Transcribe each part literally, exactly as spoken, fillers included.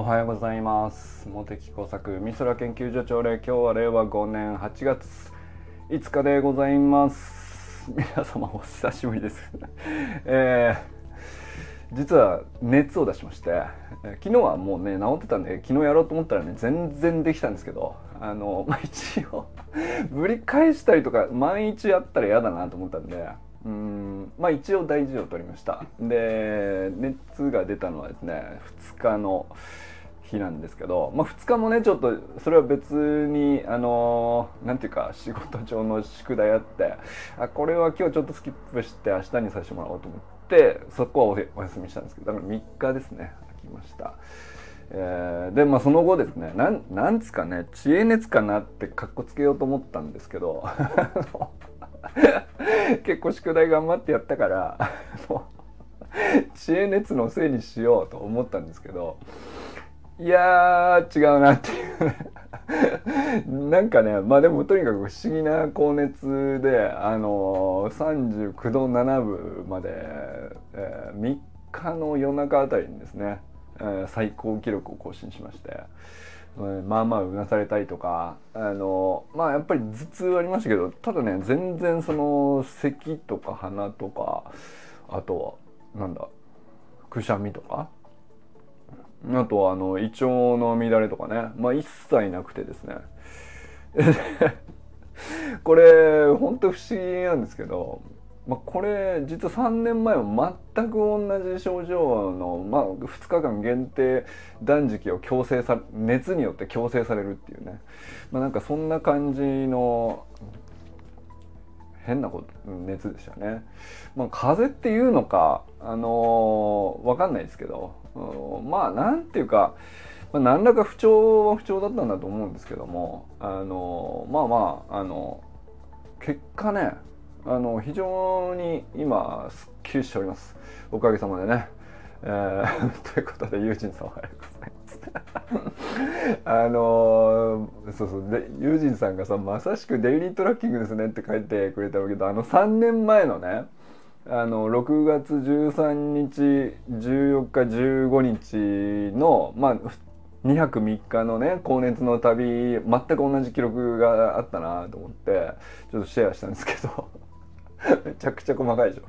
おはようございます。茂木工作美空研究所長で、今日はれいわごねんはちがついつかでございます。皆様お久しぶりです。えー、実は熱を出しまして、昨日はもうね治ってたんで、昨日やろうと思ったらね全然できたんですけど、あのまあ一応ぶり返したりとか毎日やったら嫌だなと思ったんで、うーんまあ一応大事を取りました。で、熱が出たのはですねふつかの日なんですけど、まあ、ふつかもねちょっとそれは別にあのなんていうか仕事上の宿題あって、あこれは今日ちょっとスキップして明日にさせてもらおうと思ってそこはお休みしたんですけど、だからみっかですね空きました。えー、でまあその後ですね、なんなんつかね知恵熱かなってかっこつけようと思ったんですけど結構宿題頑張ってやったから知恵熱のせいにしようと思ったんですけど、いやー違うなっていうなんかね、まあでもとにかく不思議な高熱で、あのー、さんじゅうきゅうどななぶまで、えー、みっかの夜中あたりにですね、えー、最高記録を更新しまして、まあまあうなされたりとか、あのまあやっぱり頭痛はありましたけど、ただね全然その咳とか鼻とか、あとはなんだくしゃみとか、あとはあの胃腸の乱れとかね、まあ一切なくてですねこれ本当不思議なんですけど、まあ、これ実はさんねんまえも全く同じ症状の、まあ、ふつかかん限定断食を強制さ熱によって強制されるっていうね、まあ、なんかそんな感じの変なこと熱でしたね。まあ、風邪っていうのかあのー、わかんないですけど、うん、まあなんていうか、まあ、何らか不調は不調だったんだと思うんですけども、あのー、まあまああの結果ね、あの非常に今すっきりしております、おかげさまでね。えー、ということでユージンさんおはようございますあのー、そうそうでユージンさんがさまさしくデイリートラッキングですねって書いてくれたわけど、あのさんねんまえのねあのろくがつじゅうさんにちじゅうよっかじゅうごにちのまあにはくみっかのね高熱の旅、全く同じ記録があったなと思ってちょっとシェアしたんですけどめちゃくちゃ細かいでしょ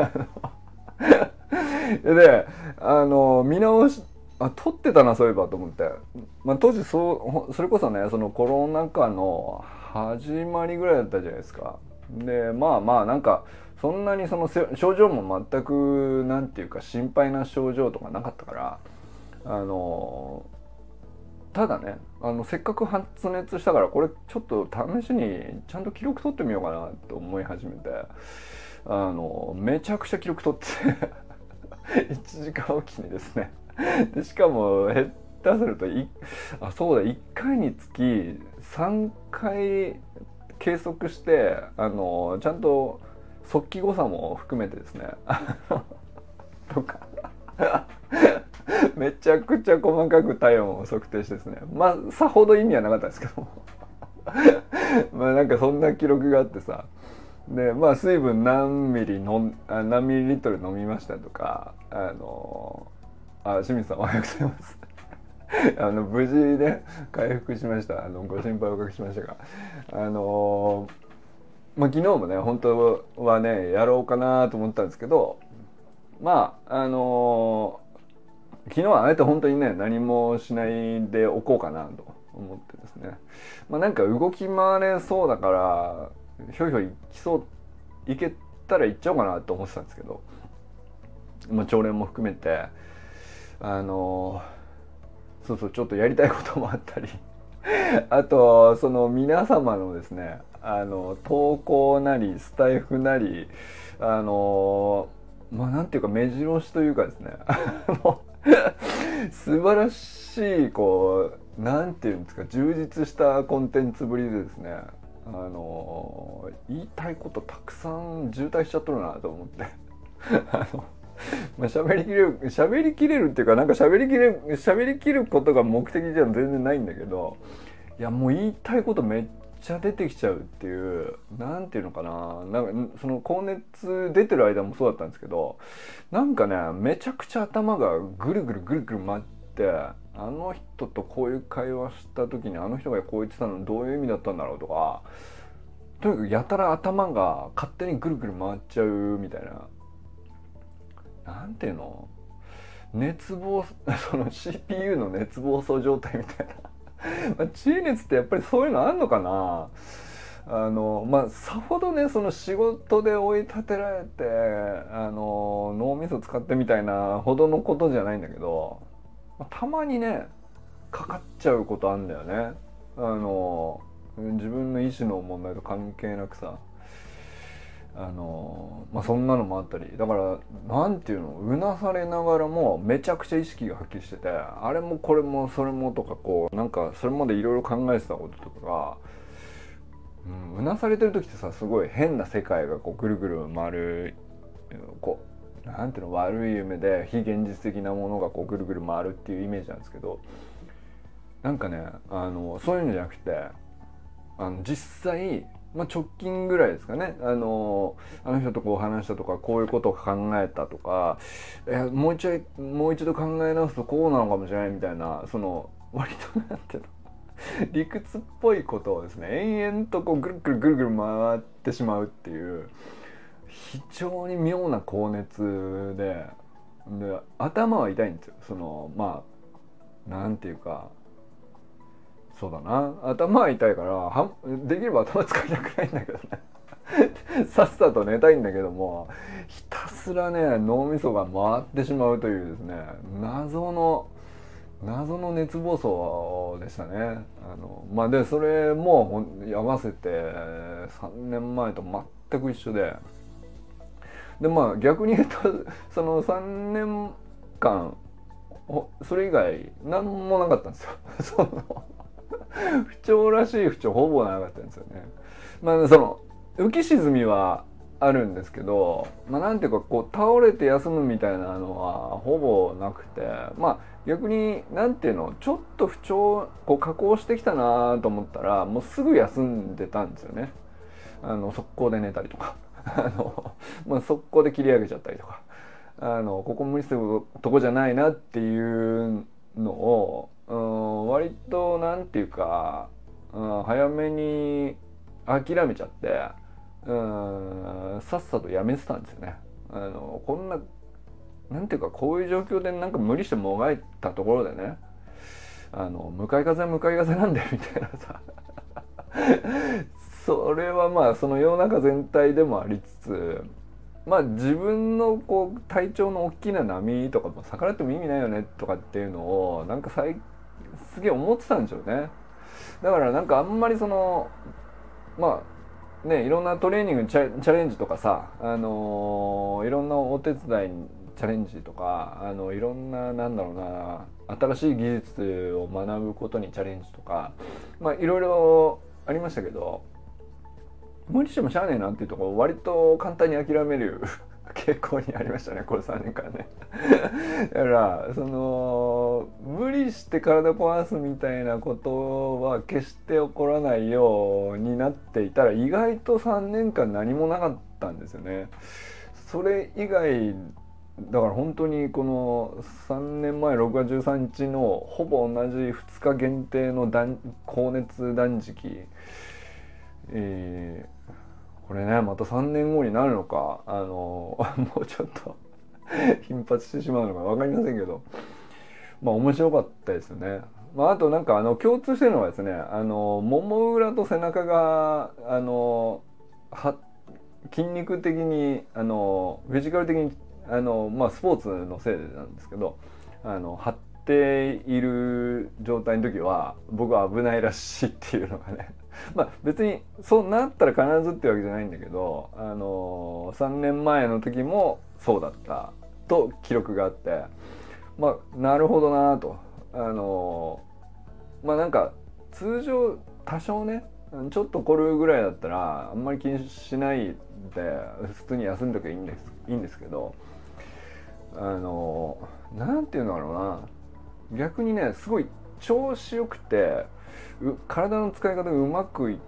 であの見直しあ撮ってたなそういえばと思って、まあ、当時そうそれこそねそのコロナ禍の始まりぐらいだったじゃないですか。でまあまあなんかそんなにその症状も全くなんていうか心配な症状とかなかったから、あのただねあのせっかく発熱したからこれちょっと試しにちゃんと記録取ってみようかなと思い始めて、あのめちゃくちゃ記録取っていちじかんおきにですねでしかも下手するといあそうだいっかいにつきさんかい計測して、あのちゃんと速記誤差も含めてですねとかめちゃくちゃ細かく体温を測定してですね、まあさほど意味はなかったんですけどもまあなんかそんな記録があってさ、でまあ水分何ミリのあ何ミリリットル飲みましたとか、あのあ清水さんおはようございますあの無事ね回復しました。あのご心配おかけしましたが、あのまあ昨日もね本当はねやろうかなと思ったんですけど、まああの昨日はあえて本当にね何もしないでおこうかなと思ってですね、まあなんか動き回れそうだからひょいひょい行きそう行けたら行っちゃおうかなと思ってたんですけど、まあ朝練も含めてあのそうそうちょっとやりたいこともあったりあとその皆様のですねあの投稿なりスタイフなり、あのまあなんていうか目白押しというかですね素晴らしいこうなんていうんですか充実したコンテンツぶりでですね、あの言いたいことたくさん渋滞しちゃっとるなと思ってあのまあ喋りきれる喋りきれるっていうかなんか喋りきれる喋りきることが目的じゃ全然ないんだけど、いやもう言いたいことめっちゃ出てきちゃうっていう、なんていうのかな、なんかその高熱出てる間もそうだったんですけど、なんかねめちゃくちゃ頭がぐるぐるぐるぐる回っってあの人とこういう会話した時にあの人がこう言ってたのどういう意味だったんだろうとか、とにかくやたら頭が勝手にぐるぐる回っちゃうみたいな、なんていうの、熱暴その シーピーユー の熱暴走状態みたいなまあ知恵熱ってやっぱりそういうのあんのかな。あのまあさほどねその仕事で追い立てられてあの脳みそ使ってみたいなほどのことじゃないんだけど、まあたまにねかかっちゃうことあんだよね。あの自分の意思の問題と関係なくさ、あのまあそんなのもあったり、だからなんていうの、うなされながらもめちゃくちゃ意識がはっきりしてて、あれもこれもそれもとか、こうなんかそれまでいろいろ考えてたこととかが、うん、うなされてる時ってさ、すごい変な世界がこうぐるぐる回る、こうなんていうの、悪い夢で非現実的なものがこうぐるぐる回るっていうイメージなんですけど、なんかねあのそういうのじゃなくて、あの実際、まあ、直近ぐらいですかね、あのあの人とこう話したとか、こういうことを考えたとか、えもう一度もう一度考え直すとこうなのかもしれないみたいな、その割となんていうの理屈っぽいことをですね延々とこうぐるぐるぐるぐる回ってしまうっていう非常に妙な高熱で、で頭は痛いんですよ。そのまあなんていうか、そうだな、頭は痛いからはできれば頭使いたくないんだけどねさっさと寝たいんだけども、ひたすらね脳みそが回ってしまうというですね、謎の謎の熱暴走でしたね。あのまあでそれも合わせてさんねんまえと全く一緒で、でまあ逆に言うとそのさんねんかんそれ以外何もなかったんですよその不調らしい不調ほぼなかったんですよね。まあその浮き沈みはあるんですけど、まあなんていうかこう倒れて休むみたいなのはほぼなくて、まあ逆になんていうの、ちょっと不調こう下降してきたなと思ったらもうすぐ休んでたんですよね。あの速攻で寝たりとかあの、まあ、速攻で切り上げちゃったりとか、あのここ無理するとこじゃないなっていうのを、うん、割となんていうか、うん、早めに諦めちゃって、うん、さっさとやめてたんですよね。あのこんななんていうか、こういう状況でなんか無理してもがいたところでね、あの向かい風は向かい風なんだよみたいなさそれはまあその世の中全体でもありつつ、まあ自分のこう体調の大きな波とかも逆らっても意味ないよねとかっていうのをなんかさいすげえ思ってたんでしょうね。だからなんかあんまりそのまあね、いろんなトレーニングにチャチャレンジとかさ、あのーいろんなお手伝いにチャレンジとか、あのいろんななんだろうな、新しい技術を学ぶことにチャレンジとか、まあいろいろありましたけど、無理してもしゃあねえなっていうところを割と簡単に諦める傾向にありましたね、これさんねんかんねだからその無理して体壊すみたいなことは決して起こらないようになっていたら、意外とさんねんかん何もなかったんですよね。それ以外だから本当にこのさんねんまえろくがつじゅうさんにちのほぼ同じふつか限定の高熱断食、えーこれねまたさんねんごになるのか、あのもうちょっと頻発してしまうのか分かりませんけど、まあ面白かったですよね。まあ、あとなんかあの共通してるのはですね、あのもも裏と背中があのは筋肉的にあのフィジカル的にあの、まあ、スポーツのせいでなんですけど、あの張っている状態の時は僕は危ないらしいっていうのがねまあ別にそうなったら必ずってわけじゃないんだけど、あのさんねんまえの時もそうだったと記録があって、まあなるほどなと、あのまあなんか通常多少ねちょっと凝るぐらいだったらあんまり気にしないで普通に休んどきゃいいんですいいんですけど、あのなんていうのだろうな、逆にねすごい調子よくて体の使い方がうまくいって、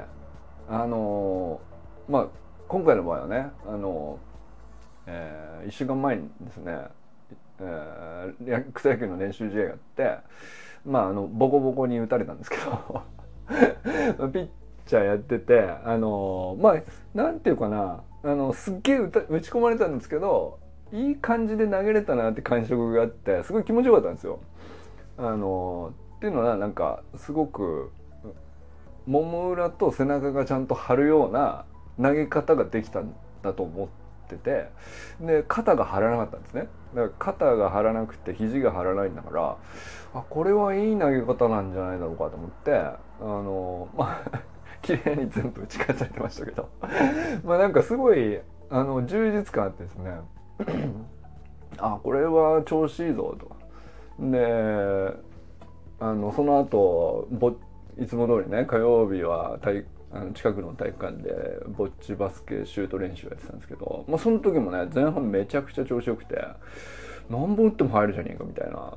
あのまあ今回の場合はね、あの、えー、いっしゅうかんまえにですねえー、草野球の練習試合があって、まああのボコボコに打たれたんですけどピッチャーやってて、あのまあなんていうかな、あのすっげえ打ち込まれたんですけど、いい感じで投げれたなって感触があって、すごい気持ちよかったんですよ。あのっていうのはなんかすごくもも裏と背中がちゃんと張るような投げ方ができたんだと思ってて、で肩が張らなかったんですね。だから肩が張らなくて肘が張らないんだから、あこれはいい投げ方なんじゃないだろうかと思って、あのまあ綺麗に全部打ち返されてましたけどまあなんかすごいあの充実感あってですねあこれは調子いいぞと。であのその後ぼいつも通りね、火曜日は体あの近くの体育館でぼっちバスケシュート練習やってたんですけど、まあ、その時もね前半めちゃくちゃ調子よくて、何本打っても入るじゃねえかみたいな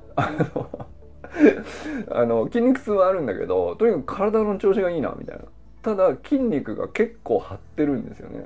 あの筋肉痛はあるんだけど、とにかく体の調子がいいなみたいな。ただ筋肉が結構張ってるんですよね。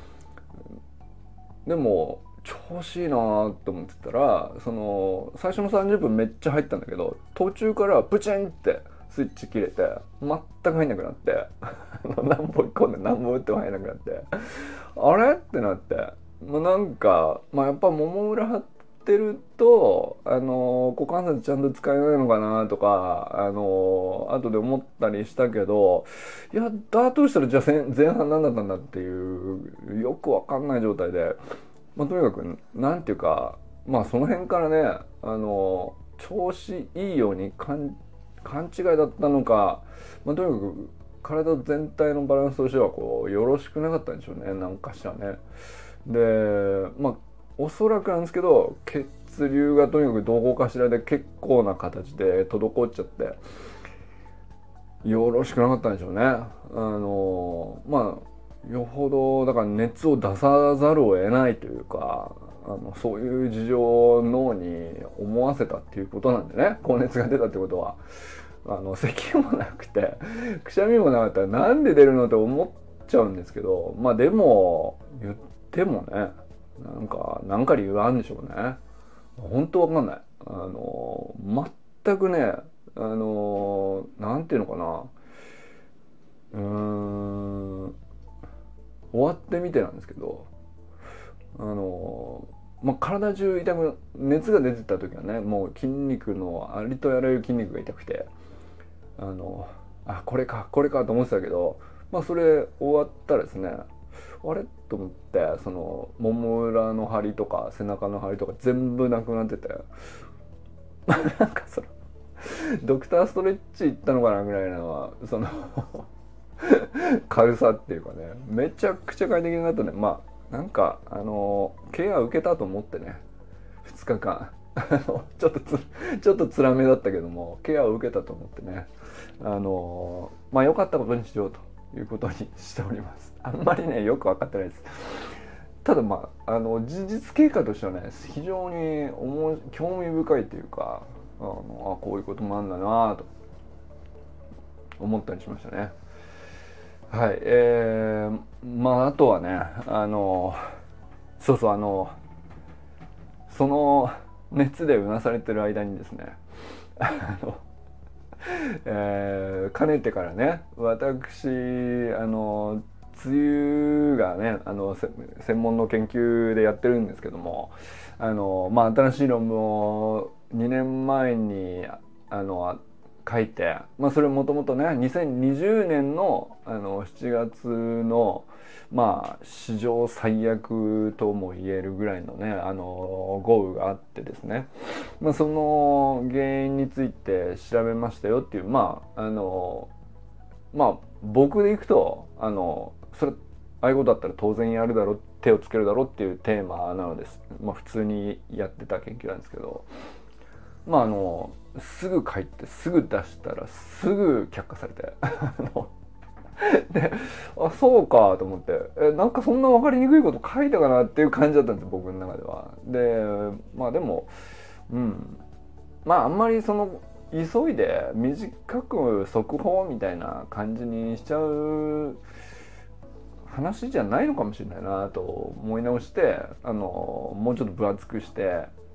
でも調子いいなと思ってたら、その最初のさんじゅっぷんめっちゃ入ったんだけど、途中からプチンってスイッチ切れて全く入んなくなって何本込んで何本打っても入んなくなって、あれってなって、まあ、なんか、まあ、やっぱもも裏張ってるとあの股関節ちゃんと使えないのかなとかあの後で思ったりしたけど、いやだとしたらじゃあ前半何だったんだっていうよくわかんない状態で、まあ、とにかくなんていうか、まあその辺からねあの調子いいように勘勘違いだったのか、まあ、とにかく体全体のバランスとしてはこうよろしくなかったんでしょうね、なんかしらね。でまあおそらくなんですけど、血流がとにかくどこかしらで結構な形で滞っちゃってよろしくなかったんでしょうね。あのまあよほどだから熱を出さざるを得ないというか、あのそういう事情を脳に思わせたっていうことなんでね、高熱が出たってことは。あの咳もなくてくしゃみもなかったらなんで出るのって思っちゃうんですけど、まあでも言ってもね、なんかなんか理由があるんでしょうね。本当わかんない。あの全くね、あのなんていうのかな、うーん終わってみてなんですけど、あのまあ、体中痛く、熱が出てた時はね、もう筋肉のありとあらゆる筋肉が痛くて、あのあこれかこれかと思ってたけど、まあそれ終わったらですね、あれと思って、そのもも裏の張りとか背中の張りとか全部なくなっててなんかそのドクターストレッチ行ったのかなぐらいのその軽さっていうかね、めちゃくちゃ快適になったね。まあなんかあのケア受けたと思ってね、ふつかかんちょっとつちょっと辛めだったけどもケアを受けたと思ってね、あのまあ良かったことにしようということにしております。あんまりねよく分かってないです。ただまああの事実経過としてはね非常に思興味深いというか、あのあこういうこともあるんだなと思ったりしましたね。はい、えー、まああとはね、あのそうそう、あのその熱でうなされてる間にですね、あの、えー、かねてからね、私あの梅雨がね、あの専門の研究でやってるんですけども、あのまあ新しい論文をにねんまえにあの書いて、まあ、それもともとねにせんにじゅうねんの、あのしちがつのまあ史上最悪とも言えるぐらいのねあの豪雨があってですね、まあ、その原因について調べましたよっていう、まああのまあ僕でいくとあのそれああいうことだったら当然やるだろう、手をつけるだろうっていうテーマなのです。まあ普通にやってた研究なんですけど、まああのすぐ書いてすぐ出したらすぐ却下されてで、あそうかと思って、えなんかそんな分かりにくいこと書いたかなっていう感じだったんです僕の中では。でまあでもうんまああんまりその急いで短く速報みたいな感じにしちゃう話じゃないのかもしれないなと思い直して、あのもうちょっと分厚くして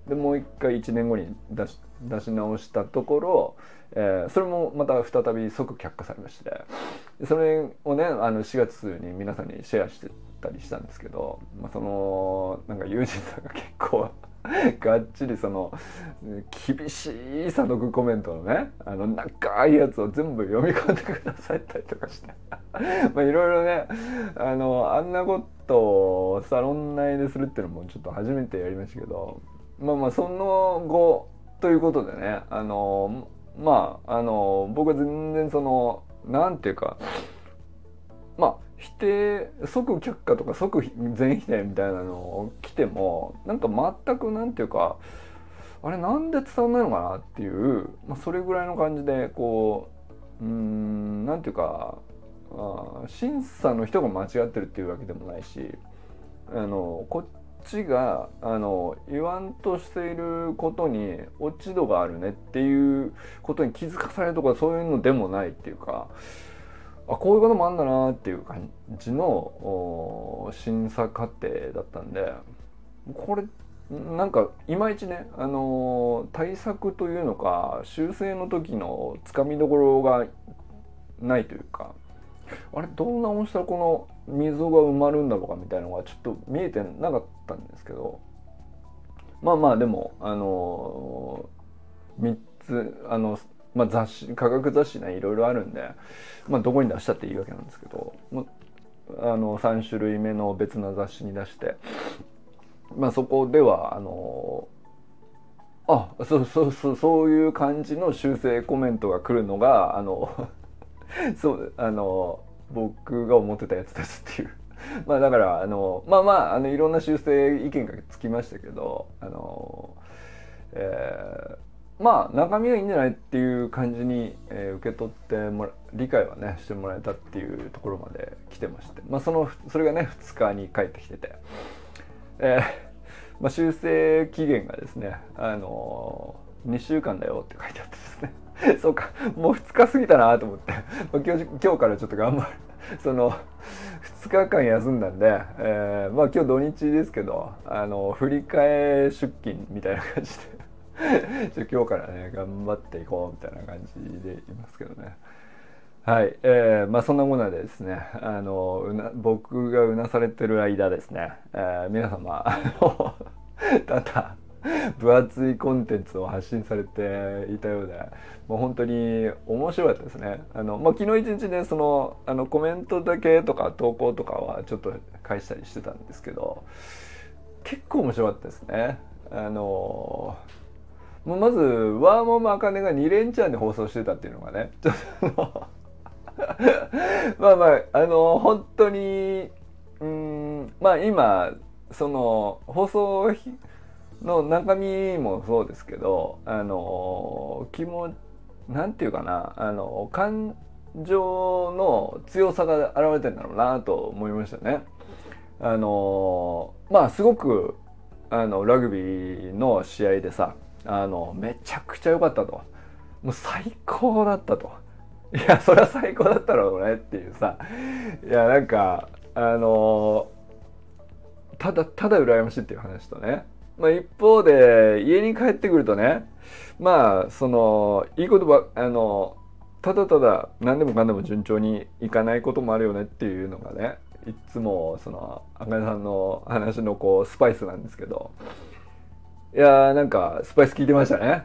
でもう一回いちねんごに出し、出し直したところ、えー、それもまた再び即却下されまして、それをねあのしがつに皆さんにシェアしてたりしたんですけど、まあ、そのなんか友人さんが結構がっちりその厳しい査読コメントのねあの長いやつを全部読み込んでくださったりとかしてまあいろいろねあのあんなことをサロン内でするっていうのもちょっと初めてやりましたけど、まあまあその後ということでねあのまああの僕は全然そのなんていうかまあ否定即却下とか即全否定みたいなのを来てもなんか全くなんていうかあれなんで伝わんないのかなっていう、まあ、それぐらいの感じでこううーんなんていうかあ審査の人が間違ってるっていうわけでもないしあのこっちがあの言わんとしていることに落ち度があるねっていうことに気づかされるとかそういうのでもないっていうかあこういうこともあんだなっていう感じの審査過程だったんでこれなんかいまいちね、あのー、対策というのか修正の時のつかみどころがないというかあれどう直したらこの溝が埋まるんだろうかみたいなのがちょっと見えてなかったんですけどまあまあでもあのー、みっつあのまあ、雑誌科学雑誌ねいろいろあるんで、まあ、どこに出したっていいわけなんですけど、まあ、あのさん種類目の別な雑誌に出して、まあ、そこではあのあそうそうそうそういう感じの修正コメントが来るのがあのそうあの僕が思ってたやつですっていうまあだからあのまあまああのいろんな修正意見がつきましたけどあのえーまあ中身はいいんじゃないっていう感じに、えー、受け取ってもら理解はねしてもらえたっていうところまで来てまして、まあ、そのそれがねふつかに帰ってきてて、えーまあ、修正期限がですね、あのー、にしゅうかんだよって書いてあってですねそうかもうふつか過ぎたなと思って、まあ、今日今日からちょっと頑張るそのふつかかん休んだんで、えー、まあ今日土日ですけどあの振り替え出勤みたいな感じで今日からね頑張っていこうみたいな感じでいますけどねはい、えー、まあそんなものでですねあのうな僕がうなされてる間ですね、えー、皆様あのただ分厚いコンテンツを発信されていたようでもう本当に面白かったですねあの、まあ、昨日一日ねそのあのコメントだけとか投稿とかはちょっと返したりしてたんですけど結構面白かったですねあのまずワーモムアカネがに連チャンで放送してたっていうのがねちょっとまあまああの本当にうんまあ今その放送の中身もそうですけどあの気もなんていうかなあの感情の強さが現れてるんだろうなと思いましたね。あのまあすごくあのラグビーの試合でさあのめちゃくちゃ良かったともう最高だったといやそりゃ最高だったろうねっていうさいやなんかあのただただ羨ましいっていう話とね、まあ、一方で家に帰ってくるとねまあそのいいことばあのただただ何でもかんでも順調にいかないこともあるよねっていうのがねいつもその赤根さんの話のこうスパイスなんですけどいやーなんかスパイス効いてましたね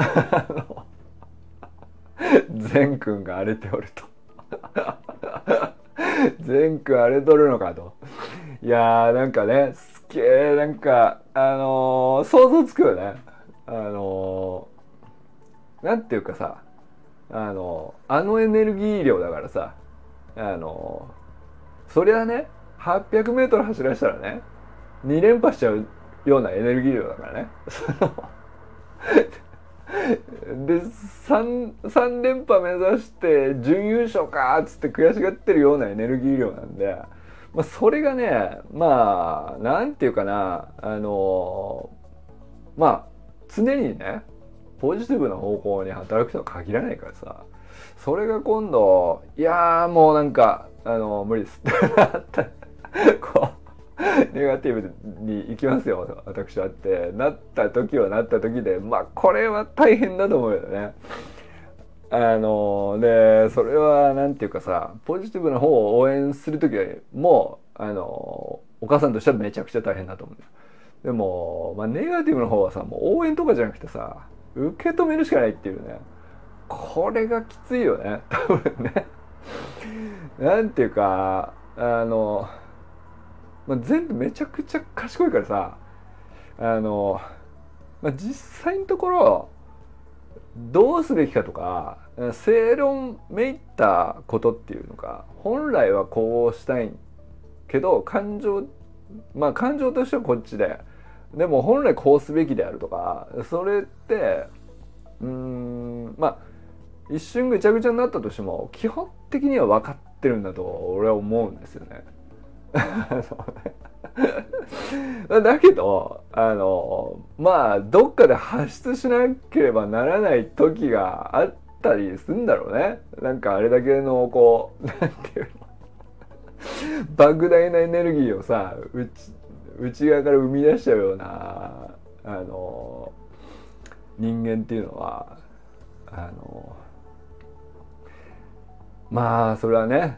善くんが荒れておると善くん荒れとるのかといやーなんかねすっげーなんかあのー、想像つくよねあのー、なんていうかさあのー、あのエネルギー量だからさあのー、そりゃねはっぴゃくメートル走らせたらねに連覇しちゃうようなエネルギー量だからねで 3, さん連覇目指して準優勝かっつって悔しがってるようなエネルギー量なんで、まあ、それがねまあなんていうかなあのまあ常にねポジティブな方向に働くとは限らないからさそれが今度いやーもうなんかあの無理ですってなったこネガティブに行きますよ私はってなった時はなった時で、まあこれは大変だと思うよね。あのでそれはなんていうかさ、ポジティブな方を応援する時もあのお母さんとしてはめちゃくちゃ大変だと思う。でも、まあ、ネガティブの方はさ、もう応援とかじゃなくてさ、受け止めるしかないっていうね、これがきついよね多分ね。なんていうかあの、まあ、全部めちゃくちゃ賢いからさ、あの、まあ、実際のところどうすべきかとか正論めいったことっていうのか、本来はこうしたいけど感情まあ感情としてはこっちで、でも本来こうすべきであるとか、それってうーんまあ一瞬ぐちゃぐちゃになったとしても基本的には分かってるんだと俺は思うんですよね。だけどあのまあどっかで発出しなければならない時があったりするんだろうね。なんかあれだけのこうなんていうの莫大なエネルギーをさ内内側から生み出しちゃうようなあの人間っていうのはあのまあそれはね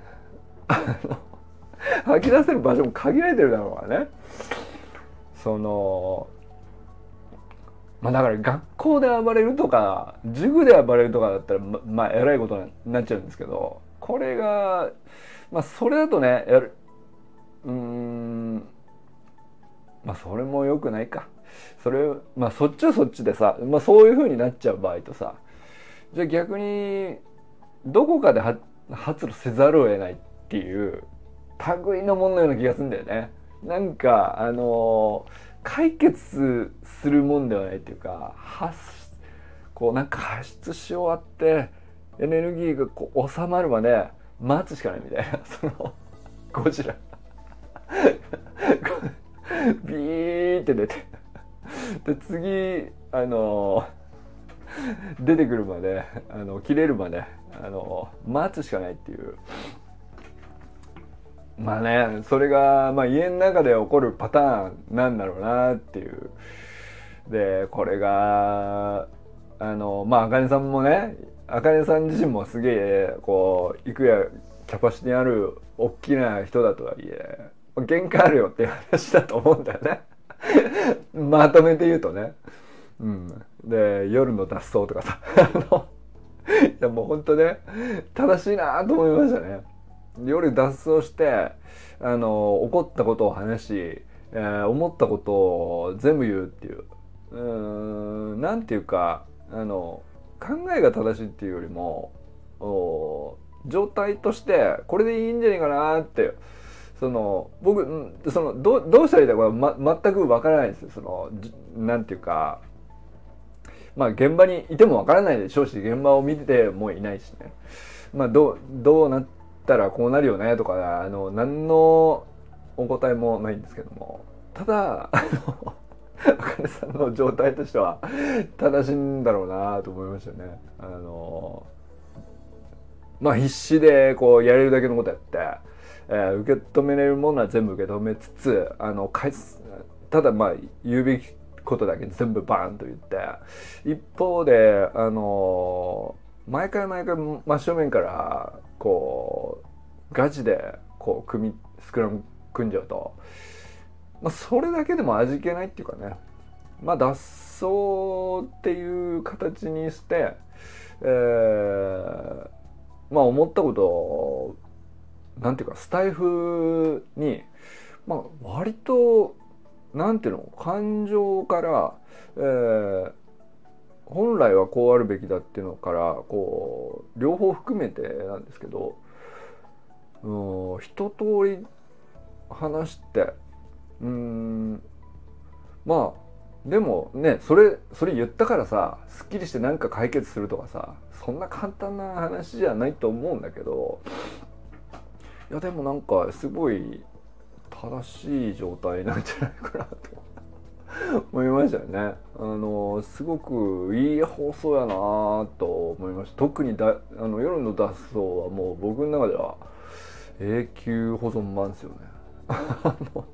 吐き出せる場所も限られてるだろうからね。そのまあだから学校で暴れるとか塾で暴れるとかだったらま、まあえらいことになっちゃうんですけど、これがまあそれだとねやるうーんまあそれも良くないか。それまあそっちはそっちでさ、まあそういう風になっちゃう場合とさ、じゃあ逆にどこかで発露せざるを得ないっていう類のもののような気がするんだよね。なんかあのー、解決するもんではないっていうか、発こうなんか発出し終わってエネルギーがこう収まるまで待つしかないみたいな、そのゴジラビーって出てで次あのー、出てくるまであの切れるまであのー、待つしかないっていう。まあね、それが、まあ、家の中で起こるパターンなんだろうなっていう。でこれがあのまああかねさんもね、あかねさん自身もすげえこういくやキャパシティある大きな人だとはいえ限界あるよっていう話だと思うんだよねまとめて言うとね。うん、で夜の脱走とかさあのいやもう本当ね正しいなと思いましたね。夜脱走してあの怒ったことを話し、えー、思ったことを全部言うっていう、うーんなんていうかあの考えが正しいっていうよりも状態としてこれでいいんじゃないかなって、その僕その ど, どうしたらいいかは、ま、全くわからないんですよ。そのなんていうかまあ現場にいてもわからないでしょうし、現場を見てもいないしね。まあどうどうなったらこうなるよねとかあの何のお答えもないんですけども、ただあのあかねさんの状態としては正しいんだろうなと思いましたね。あのまあ必死でこうやれるだけのことやって、えー、受け止めれるものは全部受け止めつつ、あの返すただまあ言うべきことだけ全部バーンと言って、一方であの毎回毎回真正面からこうガチでこう組みスクラム組んじゃうと、まあ、それだけでも味気ないっていうかね、まあ脱走っていう形にして、えー、まあ思ったことをなんていうかスタイフにまあ割となんていうの感情から、えー、本来はこうあるべきだっていうのからこう両方含めてなんですけど、うん一通り話してうーんまあでもねそれそれ言ったからさすっきりしてなんか解決するとかさそんな簡単な話じゃないと思うんだけど、いやでもなんかすごい正しい状態なんじゃないかなと思いましたよね。あのすごくいい放送やなと思いました。特にだあの夜の脱走はもう僕の中では永久保存版ですよね。あの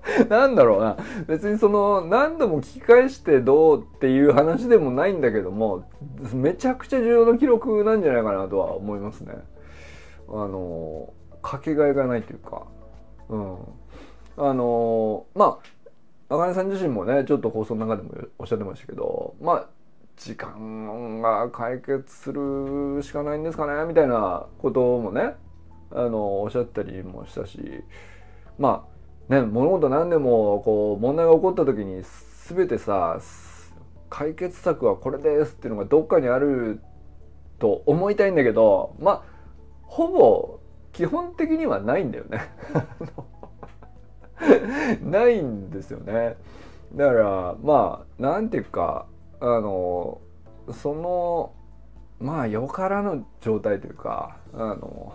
なんだろうな、別にその何度も聞き返してどうっていう話でもないんだけども、めちゃくちゃ重要な記録なんじゃないかなとは思いますね。あのかけがえがないというか、うん、あのまああかねさん自身もねちょっと放送の中でもおっしゃってましたけど、まあ時間が解決するしかないんですかねみたいなこともね、あのおっしゃったりもしたし、まあね、物事何でもこう問題が起こった時に全てさ解決策はこれですっていうのがどっかにあると思いたいんだけど、まあほぼ基本的にはないんだよねないんですよね。だからまあなんていうか、あのそのまあよからぬ状態というか、あの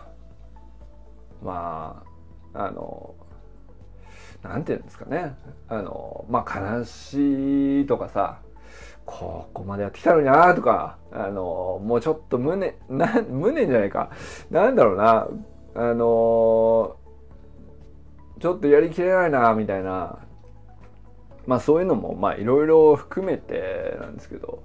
まああのなんていうんですかね、あのまあ悲しいとかさ、ここまでやってきたのになとか、あのもうちょっと無念な無念じゃないか、なんだろうな、あのちょっとやりきれないなみたいな、まあそういうのもまあいろいろ含めてなんですけど、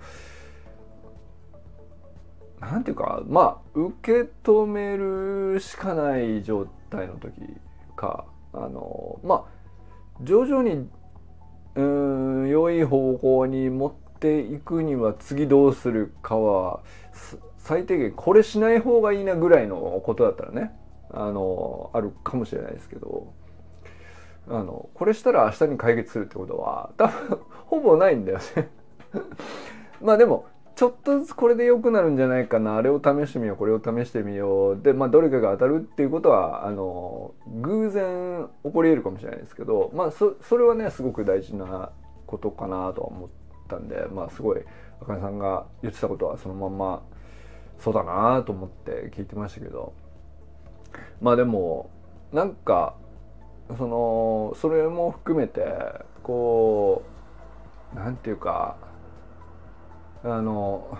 なんていうか、まあ受け止めるしかない状態の時か、あのまあ徐々にうーん良い方向に持っていくには次どうするかは最低限これしない方がいいなぐらいのことだったらね、あのあるかもしれないですけど、あのこれしたら明日に解決するってことは多分ほぼないんだよねまあでもちょっとずつこれで良くなるんじゃないかな、あれを試してみようこれを試してみようで、まあどれかが当たるっていうことはあの偶然起こり得るかもしれないですけど、まあ そ, それはねすごく大事なことかなとは思ったんで、まあすごいあかねさんが言ってたことはそのまんまそうだなと思って聞いてましたけど、まあでもなんかそのそれも含めてこうなんていうか、あの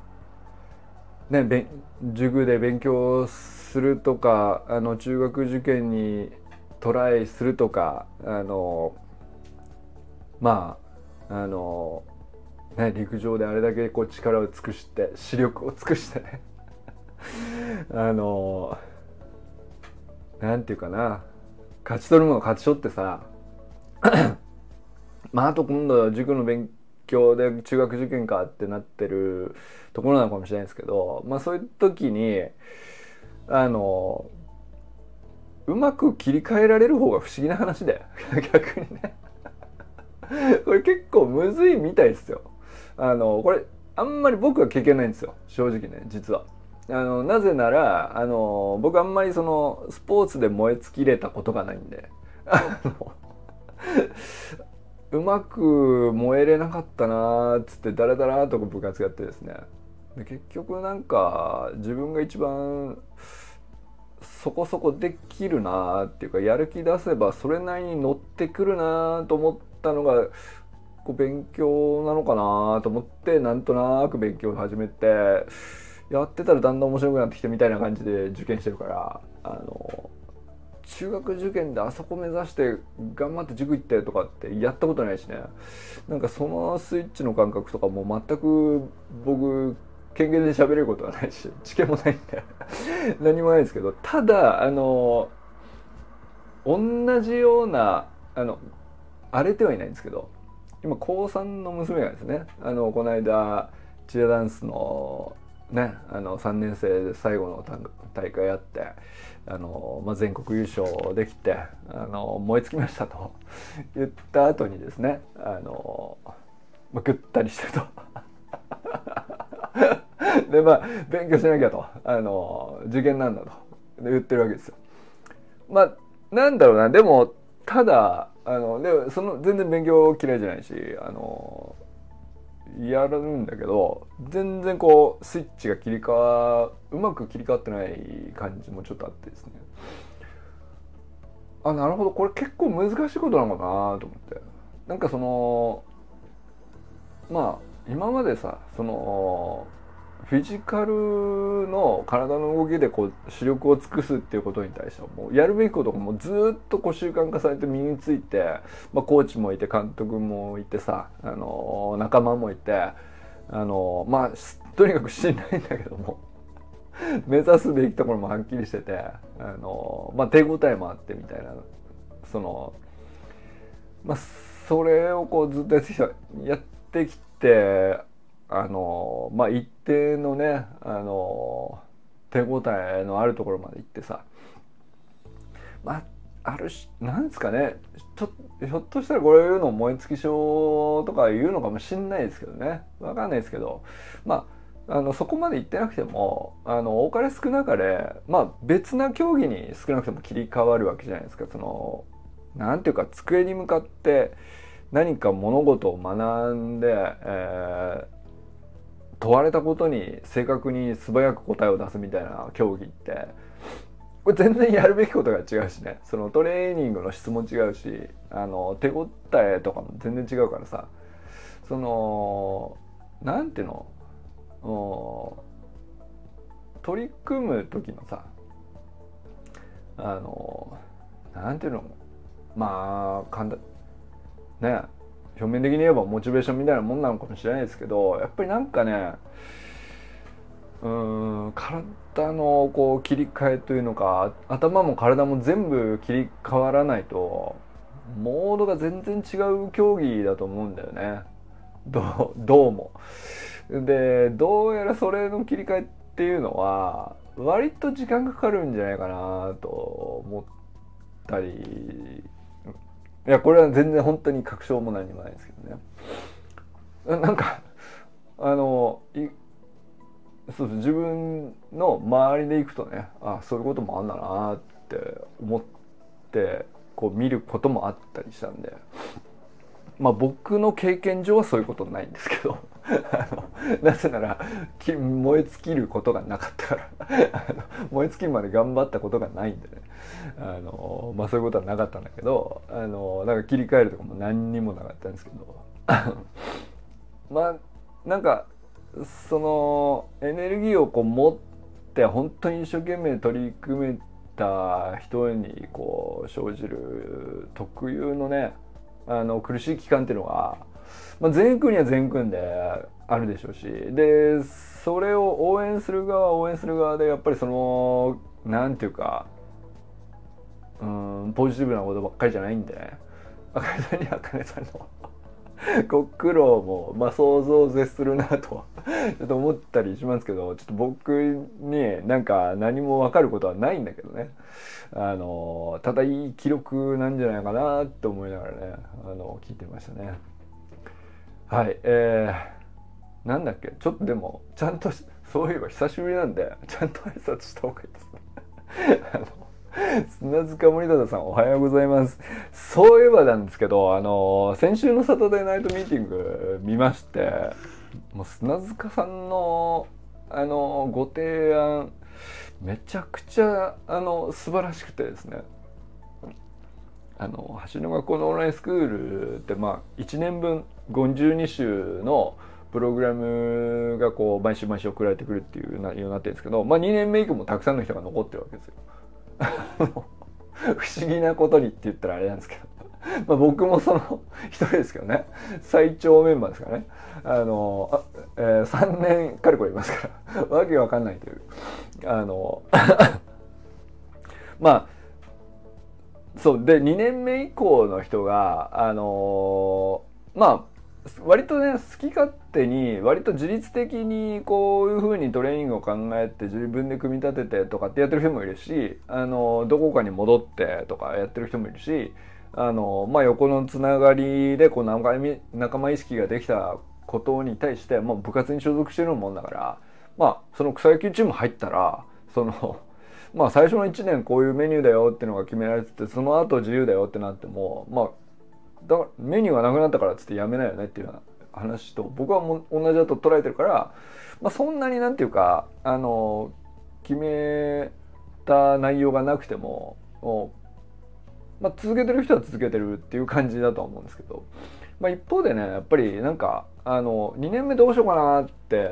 ね塾で勉強するとか、あの中学受験にトライするとか、あのまああのね陸上であれだけこう力を尽くして視力を尽くしてねあのなんていうかな、勝ち取るもの勝ち取ってさまああと今度は塾の勉強で中学受験かってなってるところなのかもしれないですけど、まあそういう時にあのうまく切り替えられる方が不思議な話で逆にねこれ結構むずいみたいですよ。あのこれあんまり僕は経験ないんですよ正直ね、実は。あのなぜならあの僕あんまりそのスポーツで燃え尽きれたことがないんで、あのうまく燃えれなかったなーっつってダラダラと部活やってですね、で結局なんか自分が一番そこそこできるなーっていうか、やる気出せばそれなりに乗ってくるなーと思ったのがこう勉強なのかなと思って、なんとなく勉強を始めてやってたらだんだん面白くなってきてみたいな感じで受験してるから、あの中学受験であそこ目指して頑張って塾行ってとかってやったことないしね、なんかそのスイッチの感覚とかも全く僕権限で喋れることはないし知見もないんで何もないですけど、ただあの同じようなあの荒れてはいないんですけど、今高さんの娘がですね、あのこの間チアダンスのね、あのさんねん生で最後の大会やって、あの、まあ、全国優勝できて、あの燃え尽きましたと言った後にですね、あの、まあ、ぐったりしてるとでまあ勉強しなきゃと、あの受験なんだと言ってるわけですよ。まあなんだろうな、でもただあのでその全然勉強嫌いじゃないし、あのやるんだけど全然こうスイッチが切り替わうまく切り替わってない感じもちょっとあってですね、あなるほどこれ結構難しいことなのかなと思って、なんかそのまあ今までさそのフィジカルの体の動きでこう視力を尽くすっていうことに対してはもうやるべきことがもうずっとこう習慣化されて身について、まあ、コーチもいて監督もいてさ、あの仲間もいて、あのまあとにかくしんないんだけども目指すべきところもはっきりしてて、あの、まあ、手応えもあってみたいな、その、まあ、それをこうずっとやってきたやってきて、あのまあ一定のね、あの手応えのあるところまで行ってさ、まああるし、なんですかね、ちょひょっとしたらこれ言うの燃え尽き症とか言うのかもしんないですけどね、わかんないですけど、まああのそこまで行ってなくても、あの多かれ少なかれ、まあ別な競技に少なくとも切り替わるわけじゃないですか。そのなんていうか、机に向かって何か物事を学んで、えー問われたことに正確に素早く答えを出すみたいな競技って、これ全然やるべきことが違うしね、そのトレーニングの質も違うし、あの手応えとかも全然違うからさ、そのなんていうの、取り組む時のさ、あのなんていうの、まあ簡単ね、表面的に言えばモチベーションみたいなもんなのかもしれないですけど、やっぱりなんかね、うーん体のこう切り替えというのか、頭も体も全部切り替わらないとモードが全然違う競技だと思うんだよね、どう、どうも。でどうやらそれの切り替えっていうのは割と時間かかるんじゃないかなと思ったり、いやこれは全然本当に確証も何もないですけどね、なんかあのいそうそう、自分の周りで行くとね、あ、そういうこともあんだなって思ってこう見ることもあったりしたんで、まあ僕の経験上はそういうことないんですけどあのなぜなら燃え尽きることがなかったからあの燃え尽きるまで頑張ったことがないんでね、あのまあそういうことはなかったんだけど、あのなんか切り替えるとかも何にもなかったんですけどまあなんかそのエネルギーをこう持って本当に一生懸命取り組めた人にこう生じる特有のね、あの苦しい期間っていうのが、まあ、全軍には全軍であるでしょうし、でそれを応援する側は応援する側でやっぱりそのなんていうか、うん、ポジティブなことばっかりじゃないんでね、あかねさんにはあかねさんのご苦労もまあ想像を絶するなとちょっと思ったりしますけど、ちょっと僕になんか何も分かることはないんだけどね、あのただいい記録なんじゃないかなって思いながらね、あの聞いてましたね。はい、えー、なんだっけ、ちょっとでもちゃんとそういえば久しぶりなんでちゃんと挨拶した方がいいですねあの砂塚森忠さん、おはようございます。そういえばなんですけど、あの先週のサタデーナイトミーティング見まして、もう砂塚さんのあのご提案めちゃくちゃあの素晴らしくてですね、あの橋の学校のオンラインスクールってまあいちねんぶんごじゅうに週のプログラムがこう毎週毎週送られてくるっていうようになってるんですけど、まあにねんめ以降もたくさんの人が残ってるわけですよ不思議なことにって言ったらあれなんですけどまあ僕もその一人ですけどね、最長メンバーですからね、あのあ、えー、さんねんかれこれいますからわけわかんないという、あのまあそうでにねんめ以降の人があのまあ割とね好き勝手に割と自律的にこういう風にトレーニングを考えて自分で組み立ててとかってやってる人もいるし、あのどこかに戻ってとかやってる人もいるし、あのまあ横のつながりでこう仲間仲間意識ができたことに対して、まあ、部活に所属してるもんだから、まあその草野球チーム入ったらそのまあ最初のいちねんこういうメニューだよっていうのが決められてて、その後自由だよってなっても、まあだからメニューがなくなったからっつってやめないよねっていうような話と僕はも同じだと捉えてるから、まあ、そんなになんていうかあの決めた内容がなくても、まあ、続けてる人は続けてるっていう感じだと思うんですけど、まあ、一方でねやっぱりなんかあのにねんめどうしようかなって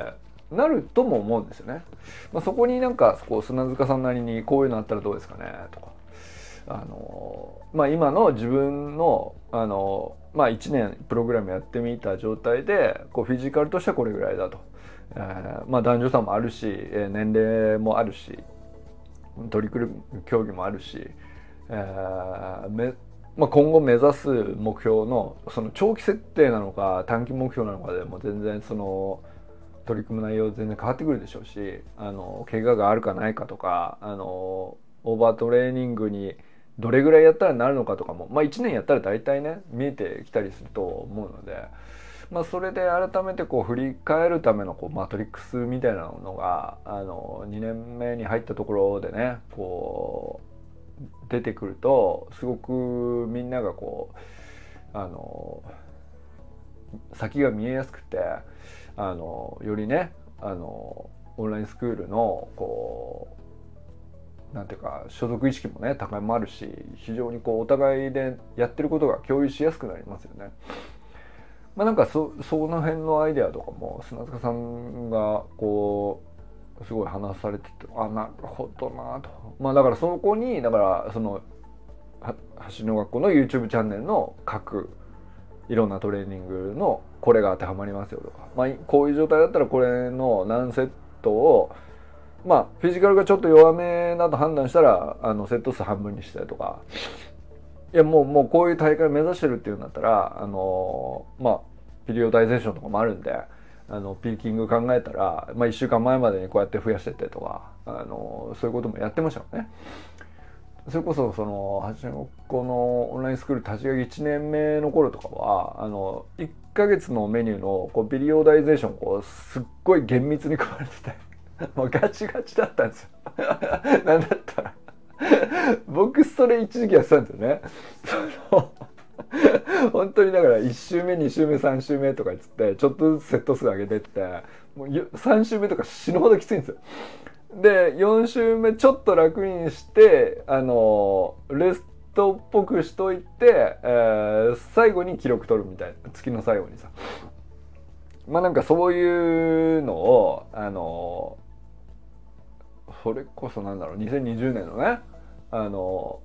なるとも思うんですよね。まあ、そこになんかこう砂塚さんなりにこういうのあったらどうですかねとか、あのまあ、今の自分の、あのまあ、いちねんプログラムやってみた状態でこうフィジカルとしてはこれぐらいだと、えーまあ、男女差もあるし、えー、年齢もあるし取り組む競技もあるし、えーめまあ、今後目指す目標のその長期設定なのか短期目標なのかでも全然その取り組む内容全然変わってくるでしょうし、あの怪我があるかないかとか、あのオーバートレーニングにどれぐらいやったらなるのかとかも、まあ、いちねんやったら大体ね見えてきたりすると思うので、まあ、それで改めてこう振り返るためのこうマトリックスみたいなのがあのにねんめに入ったところでねこう出てくるとすごくみんながこうあの先が見えやすくて、あのよりねあのオンラインスクールのこうなんていうか所属意識もね高まるし、非常にこうお互いでやってることが共有しやすくなりますよね。まあ、なんか そ, その辺のアイデアとかも砂塚さんがこうすごい話されてて、あなるほどなと。まあだからそこにだからその走りの学校の YouTube チャンネルの各いろんなトレーニングのこれが当てはまりますよとか、まあ、こういう状態だったらこれの何セットをまあフィジカルがちょっと弱めだと判断したらあのセット数半分にしたりとか、いやもうもうこういう大会目指してるっていうんだったらあのまあピリオダイゼーションとかもあるんで、あのピーキング考えたら、まあ、いっしゅうかんまえまでにこうやって増やしてってとか、あのそういうこともやってましたよね。それこそそのはちの子のオンラインスクール立ち上げいちねんめの頃とかはあのいっかげつのメニューのこうピリオダイゼーションをこうすっごい厳密に組まれててもうガチガチだったんですよなんだったら僕それ一時期やってたんですよね。その本当にだからいち週目に週目さん週目とか言ってちょっとずつセット数上げてってもうさん週目とか死ぬほどきついんですよ。でよん週目ちょっと楽にしてあのレストっぽくしといて、えー、最後に記録取るみたいな、月の最後にさ、まあなんかそういうのをあのそれこそなんだろうにせんにじゅうねんのねあの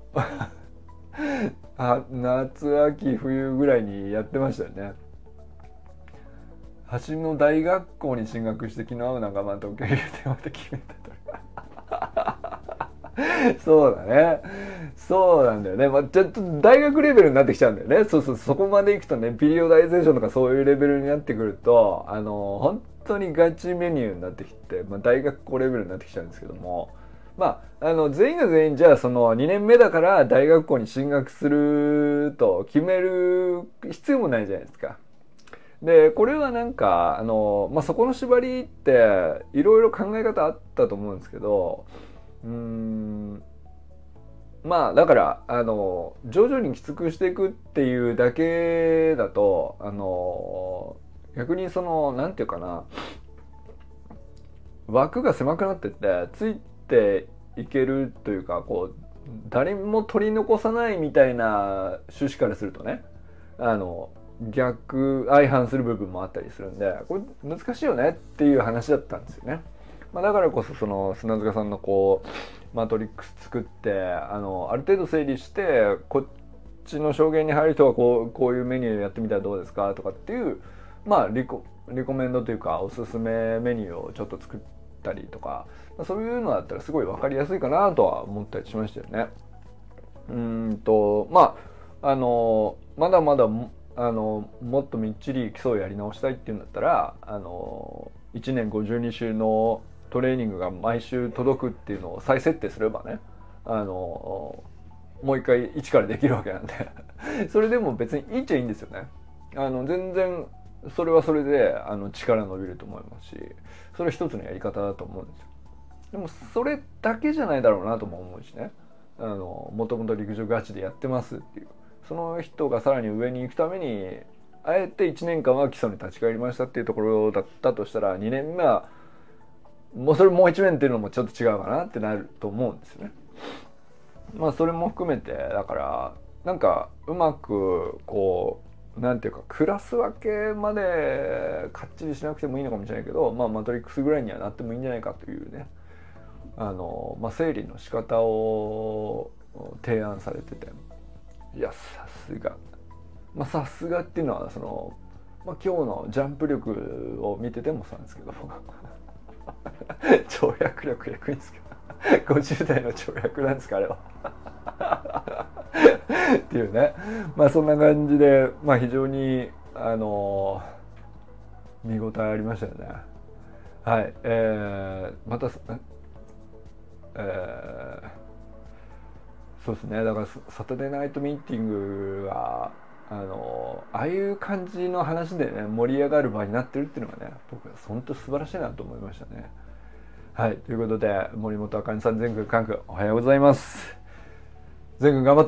夏秋冬ぐらいにやってましたよね。橋の大学校に進学して気の合う仲間と受け入れてまた決めたとそうだね、そうなんだよね、まあ、ちょっと大学レベルになってきちゃうんだよね。そうそう、そこまでいくとねピリオダイゼーションとかそういうレベルになってくるとあの本当にガチメニューになってきて、まあ、大学校レベルになってきちゃうんですけども、まあ、あの全員が全員じゃあそのにねんめだから大学校に進学すると決める必要もないじゃないですか。でこれはなんかあの、まあ、そこの縛りっていろいろ考え方あったと思うんですけど、うーんまあだからあの徐々にきつくしていくっていうだけだとあの逆にそのなんていうかな枠が狭くなってってついていけるというかこう誰も取り残さないみたいな趣旨からするとねあの逆相反する部分もあったりするんでこれ難しいよねっていう話だったんですよね。まあ、だからこそその砂塚さんのこうマトリックス作ってあのある程度整理してこっちの証言に入る人はこうこういうメニューやってみたらどうですかとかっていうまあリコリコメンドというかおすすめメニューをちょっと作ったりとか、まあ、そういうのだったらすごい分かりやすいかなとは思ったりしましたよね。うーんとまああのまだまだあのもっとみっちり基礎をやり直したいっていうんだったらあのいちねんごじゅうに週のトレーニングが毎週届くっていうのを再設定すればねあのもう一回一からできるわけなんでそれでも別にいいっちゃいいんですよね。あの全然それはそれであの力伸びると思いますしそれ一つのやり方だと思うんですよ。でもそれだけじゃないだろうなとも思うしね、あのもともと陸上ガチでやってますっていうその人がさらに上に行くためにあえていちねんかんは基礎に立ち返りましたっていうところだったとしたらにねんめはもうそれもういちねんっていうのもちょっと違うかなってなると思うんですよね。まあそれも含めてだからなんかうまくこなんていうかクラス分けまでかっちりしなくてもいいのかもしれないけど、まあ、マトリックスぐらいにはなってもいいんじゃないかというね、あの、まあ、整理の仕方を提案されてて、いやさすが、まあ、さすがっていうのはその、まあ、今日のジャンプ力を見ててもそうなんですけど跳躍力役いんですけどごじゅう代の跳躍なんですかあれはっていうね、まあそんな感じで、まあ、非常にあの見応えありましたよね。はい、えー、また、えー、そうですね、だからサタデーナイトミーティングはあのああいう感じの話でね盛り上がる場になってるっていうのがね、僕は本当素晴らしいなと思いましたね。はい、ということで森本あかねさん、全国関空おはようございます。全軍頑張って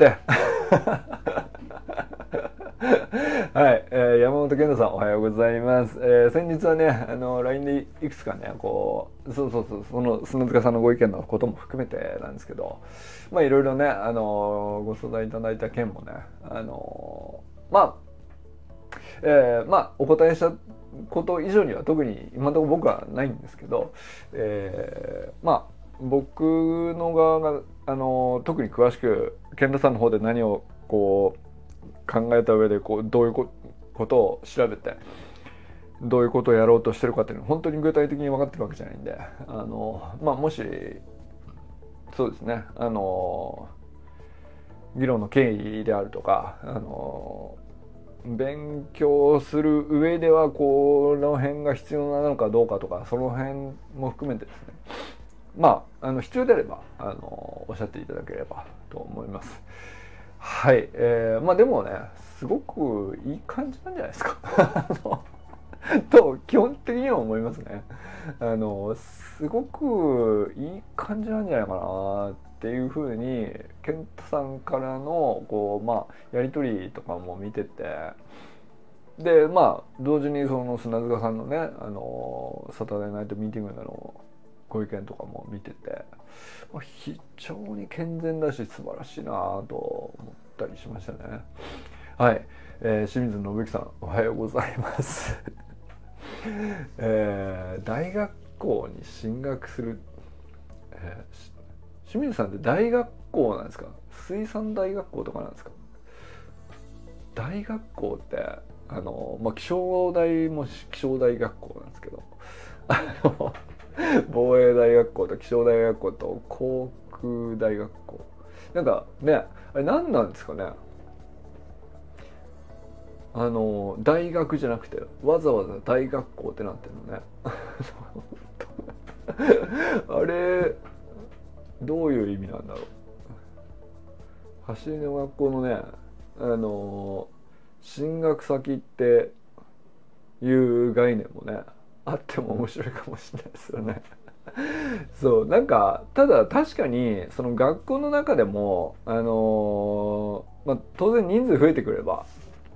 はい、えー、山本健太さんおはようございます。えー、先日はねあの ライン でいくつかねこうそうそうそうその砂塚さんのご意見のことも含めてなんですけど、まあいろいろねあのご相談いただいた件もねあのまあ、えー、まあお答えしたこと以上には特に今のところ僕はないんですけど、えー、まあ僕の側があの特に詳しく健太さんの方で何をこう考えた上でこうどういうことを調べてどういうことをやろうとしてるかっていうのは本当に具体的に分かってるわけじゃないんで、あのまあもしそうですねあの議論の経緯であるとかあの勉強する上ではこの辺が必要なのかどうかとかその辺も含めてですね、まああの必要であればあのおっしゃっていただければと思います。はい、えー、まあでもねすごくいい感じなんじゃないですかと基本的には思いますね。あのすごくいい感じなんじゃないかなっていうふうに健太さんからのこう、まあ、やり取りとかも見てて、でまあ同時にその砂塚さんのねあのサタデーナイトミーティングでのご意見とかも見てて、まあ、非常に健全だし素晴らしいなと思ったりしましたね。はい、えー、清水信之さんおはようございます、えー、大学校に進学する、えー、清水さんって大学校なんですか？水産大学校とかなんですか？大学校ってあの、まあ、気象大も気象大学校なんですけどあの防衛大学校と気象大学校と航空大学校なんかねあれ何なんですかね。あの大学じゃなくてわざわざ大学校ってなってるのねあれどういう意味なんだろう。走りの学校のねあの進学先っていう概念もねあっても面白いかもしれないですよねそうなんかただ確かにその学校の中でもあのー、まあ当然人数増えてくれば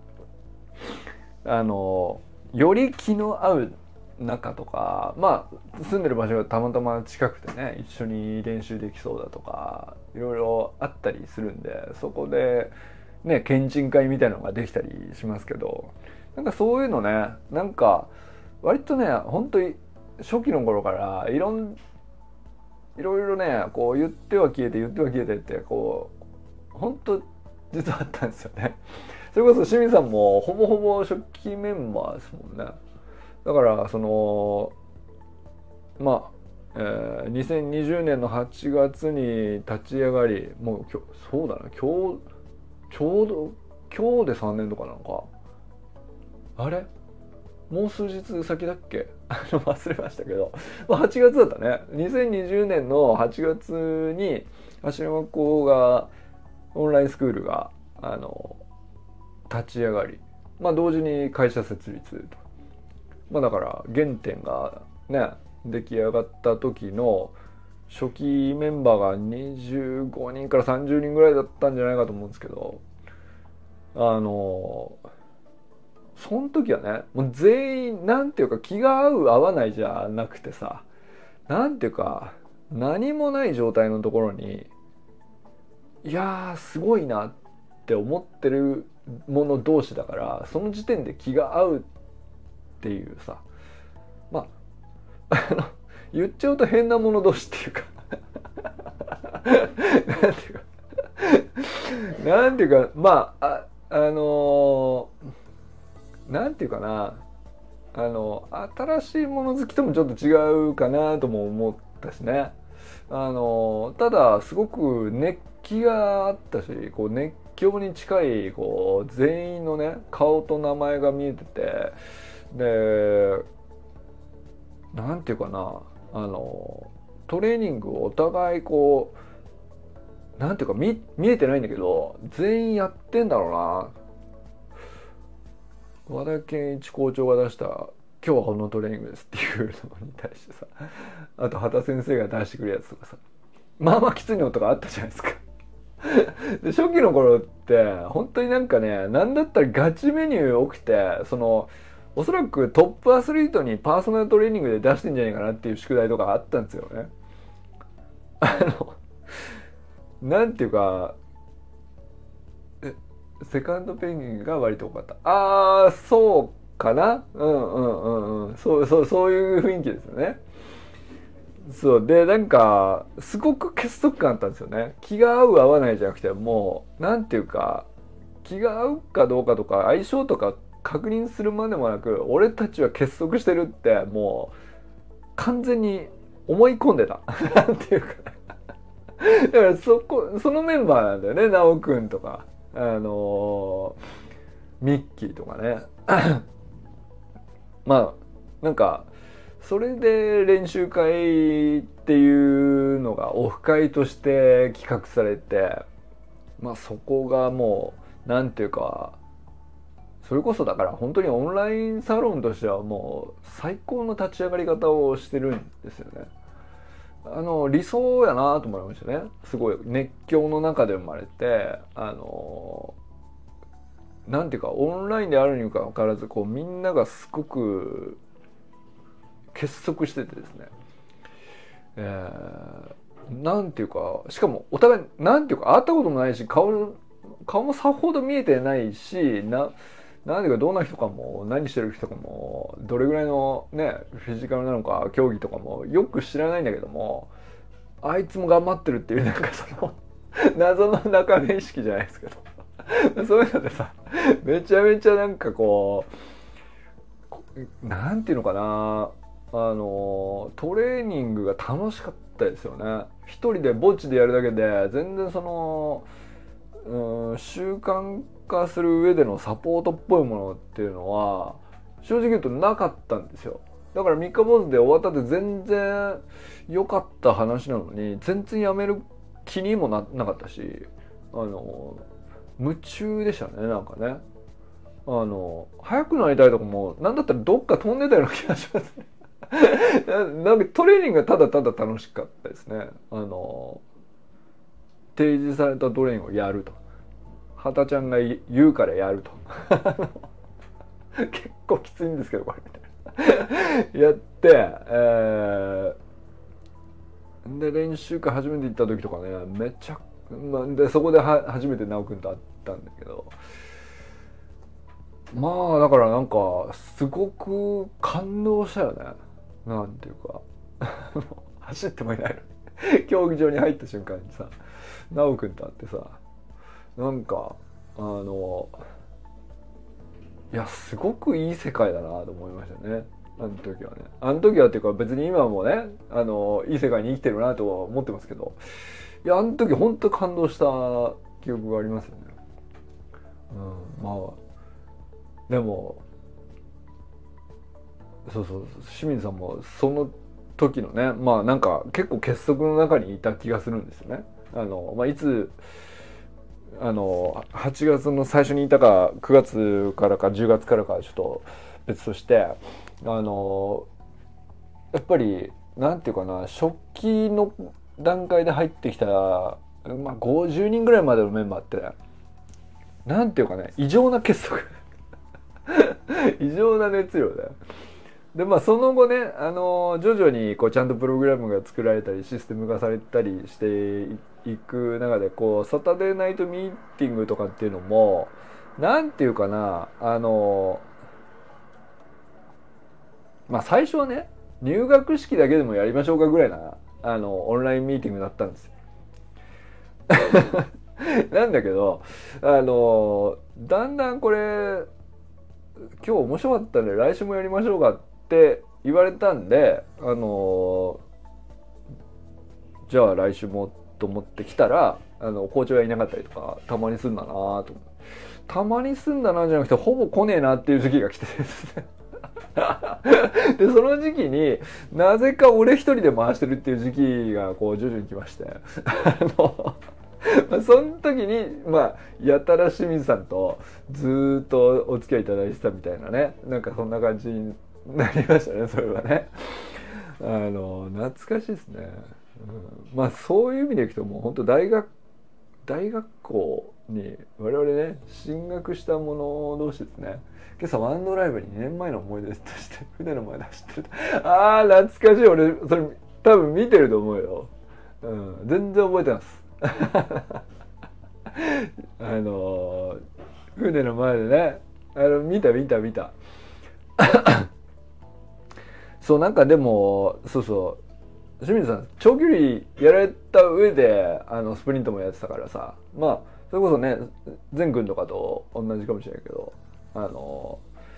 あのー、より気の合う中とかまあ住んでる場所がたまたま近くてね一緒に練習できそうだとかいろいろあったりするんでそこでねけんちん会みたいなのができたりしますけどなんかそういうのねなんか割とね本当に初期の頃からいろんいろいろねこう言っては消えて言っては消えてってこう本当実はあったんですよね。それこそ清水さんもほぼほぼ初期メンバーですもんね。だからそのまあ、えー、にせんにじゅうねんのはちがつに立ち上がりもう今日そうだな今日ちょうど今日でさんねんとかなのかあれもう数日先だっけあの忘れましたけど、まあ、はちがつだったね。にせんにじゅうねんのはちがつに橋の学校がオンラインスクールがあの立ち上がり、まあ、同時に会社設立と、まあ、だから原点がね出来上がった時の初期メンバーがにじゅうごにんからさんじゅうにんぐらいだったんじゃないかと思うんですけどあのその時はねもう全員なんていうか気が合う合わないじゃなくてさなんていうか何もない状態のところにいやーすごいなって思ってる者同士だから、その時点で気が合うっていうさ、まああの言っちゃうと変な者同士っていうかなんていうかなんていうかまああ、あのー、なんていうかな、あの新しいもの好きともちょっと違うかなとも思ったしね。あのただすごく熱気があったし、こう熱狂に近いこう全員のね顔と名前が見えてて、でなんていうかな、あのトレーニングをお互いこうなんていうか 見, 見えてないんだけど全員やってんだろうな。和田健一校長が出した今日はこのトレーニングですっていうのに対してさ、あと畑先生が出してくるやつとかさ、まあまあきついのとかあったじゃないですかで初期の頃って本当になんかね、なんだったらガチメニュー多くて、そのおそらくトップアスリートにパーソナルトレーニングで出してんじゃないかなっていう宿題とかあったんですよね。あのなんていうか、えセカンドペンギンが割と多かった。ああそうかな、うんうんうんうん、そうそうそういう雰囲気ですよね。そうで、なんかすごく結束感あったんですよね。気が合う合わないじゃなくて、もうなんていうか、気が合うかどうかとか相性とか確認するまでもなく、俺たちは結束してるってもう完全に思い込んでたなんていうかだからそこそのメンバーなんだよね。直くんとかあのー、ミッキーとかねまあなんかそれで練習会っていうのがオフ会として企画されて、まあそこがもうなんていうか、それこそだから本当にオンラインサロンとしてはもう最高の立ち上がり方をしてるんですよね。あの理想やなと思いましたね。すごい熱狂の中で生まれて、あのなんていうかオンラインであるにもかかわらずこうみんながすごく結束しててですね、えー、なんていうか、しかもお互いなんていうか会ったこともないし、顔顔もさほど見えてないし、ななんていうかどんな人かも何してる人かもどれぐらいのねフィジカルなのか競技とかもよく知らないんだけども、あいつも頑張ってるっていうなんかその謎の仲間意識じゃないですけどそういうのでさ、めちゃめちゃなんかこうなんていうのかな、あのトレーニングが楽しかったですよね。一人でぼっちでやるだけで全然その、うん、習慣化する上でのサポートっぽいものっていうのは正直言うとなかったんですよ。だから三日坊主で終わったって全然良かった話なのに全然やめる気にも な, なかったし、あの夢中でしたね。なんかね、あの速くなりたいとかもなんだったらどっか飛んでたような気がしますねなんかトレーニングがただただ楽しかったですね。あの提示されたトレーニングをやると、畑ちゃんが言うからやると結構きついんですけどこれみたいなやって、えー、で練習会初めて行った時とかね、めっちゃ、まあ、でそこでは初めて直くんと会ったんだけど、まあだからなんかすごく感動したよね。なんていうか走ってもいないのに競技場に入った瞬間にさ直くんと会ってさ、なんかあのいやすごくいい世界だなと思いましたね。あの時はね、あの時はっていうか別に今もね、あのいい世界に生きてるなとは思ってますけど、いやあの時本当感動した記憶がありますよね。うん、まあでもそうそう、清水さんもその時のね、まあなんか結構結束の中にいた気がするんですよね。あの、まあ、いつあのはちがつの最初にいたかくがつからかじゅうがつからかはちょっと別として、あのやっぱりなんていうかな、初期の段階で入ってきた、まあ、ごじゅうにんぐらいまでのメンバーってなんていうかね、異常な結束異常な熱量で。でまあその後ね、あの徐々にこうちゃんとプログラムが作られたりシステム化されたりしていく中で、こうサタデーナイトミーティングとかっていうのもなんていうかな、あのまあ最初はね、入学式だけでもやりましょうかぐらいなあのオンラインミーティングだったんですよ。なんだけど、あのだんだんこれ今日面白かったんで来週もやりましょうかって言われたんで、あのじゃあ来週もと思ってきたら、あの校長がいなかったりとかたまにすんだなと思って、たまにすんだなじゃなくてほぼ来ねえなっていう時期が来てですね。でその時期になぜか俺一人で回してるっていう時期がこう徐々に来まして、あのまあ、その時にまあやたら清水さんとずっとお付き合いいただいてたみたいなね、なんかそんな感じになりましたね、それはね。あの懐かしいですね、うん、まあそういう意味でいくともう本当大学大学校に我々ね進学した者同士ですね。今朝ワンドライブににねんまえの思い出として船の前で走ってる。ああ懐かしい。俺それ多分見てると思うよ、うん、全然覚えてます。あの船の前でね、あの見た見た見た。そうなんかでもそうそう清水さん長距離やられた上であのスプリントもやってたからさ、まあそれこそね善くんとかと同じかもしれないけど、あの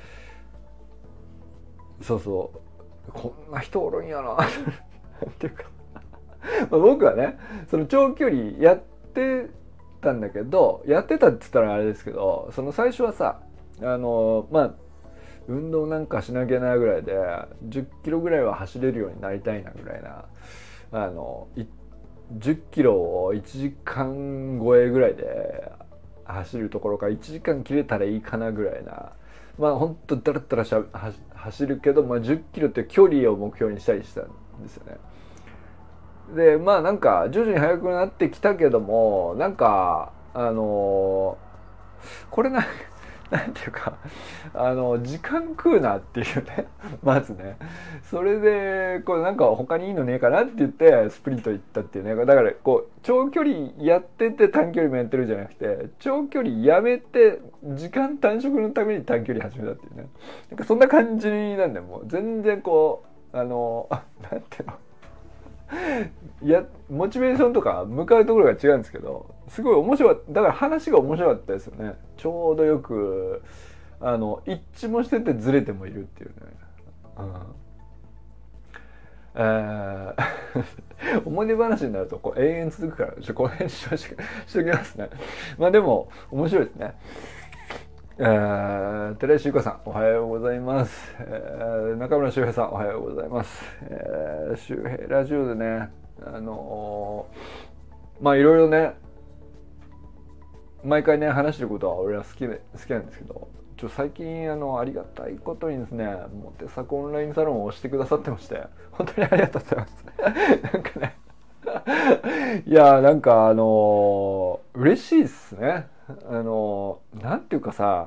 そうそうこんな人おるんやなっていうかまあ僕はねその長距離やってたんだけど、やってたって言ったらあれですけど、その最初はさあのまあ運動なんかしなきゃなぐらいでじゅっキロぐらいは走れるようになりたいなぐらいな、あのじゅっキロをいちじかん超えぐらいで走るところからいちじかん切れたらいいかなぐらいな、まあほんとだらだらしゃ走るけど、まあ、じゅっキロって距離を目標にしたりしたんですよね。でまあなんか徐々に速くなってきたけども、なんかあのこれななんていうかあの時間食うなっていうねまずね、それでこうなんか他にいいのねえかなって言ってスプリント行ったっていうね。だからこう長距離やってて短距離もやってるじゃなくて、長距離やめて時間短縮のために短距離始めたっていうね、なんかそんな感じなんで、もう全然こうあのなんていうのいやモチベーションとか向かうところが違うんですけど、すごい面白かった。だから話が面白かったですよね。ちょうどよくあの一致もしててずれてもいるっていうね、うんえー思い出話になるとこう永遠続くからちょっとこの辺しとしときますね。まあでも面白いですね。えー、寺石ゆかさんおはようございます、えー、中村修平さんおはようございます、えー、修平ラジオでねあのー、まあいろいろね毎回ね話してることは俺は好きで好きなんですけど、ちょ最近あのありがたいことにですねモテサコオンラインサロンを押してくださってまして、本当にありがとうございますなんかねいやなんかあのー、嬉しいっすね。あのー、なんていうかさ、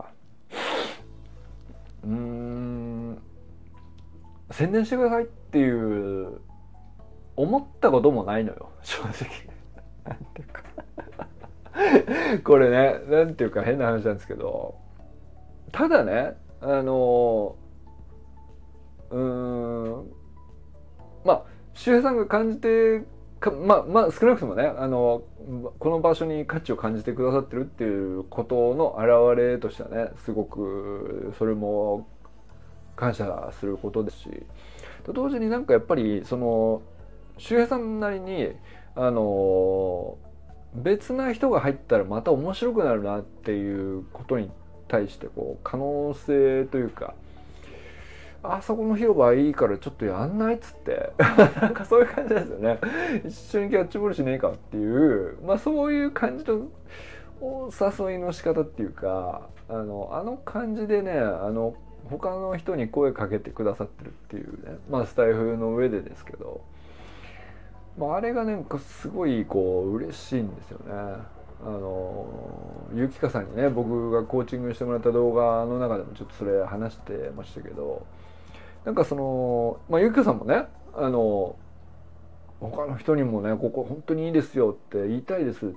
うーん宣伝してくださいっていう思ったこともないのよ正直なんていうかこれねなんていうか変な話なんですけど、ただねあのうーんまあ周平さんが感じてかまあまあ少なくともねあのこの場所に価値を感じてくださってるっていうことの表れとしてはねすごくそれも感謝することですし、と同時になんかやっぱりその周平さんなりにあの別な人が入ったらまた面白くなるなっていうことに対してこう可能性というか、あそこの広場いいからちょっとやんないっつってなんかそういう感じですよね。一緒にキャッチボールしねえかっていう、まあそういう感じのお誘いの仕方っていうか、あのあの感じでねあの他の人に声かけてくださってるっていうね、まあスタイフの上でですけど、まあ、あれがなんかすごいこう嬉しいんですよね。あのゆきかさんにね僕がコーチングしてもらった動画の中でもちょっとそれ話してましたけど、なんかその、まあ、ゆきかさんもねあの他の人にもねここ本当にいいですよって言いたいですって言っ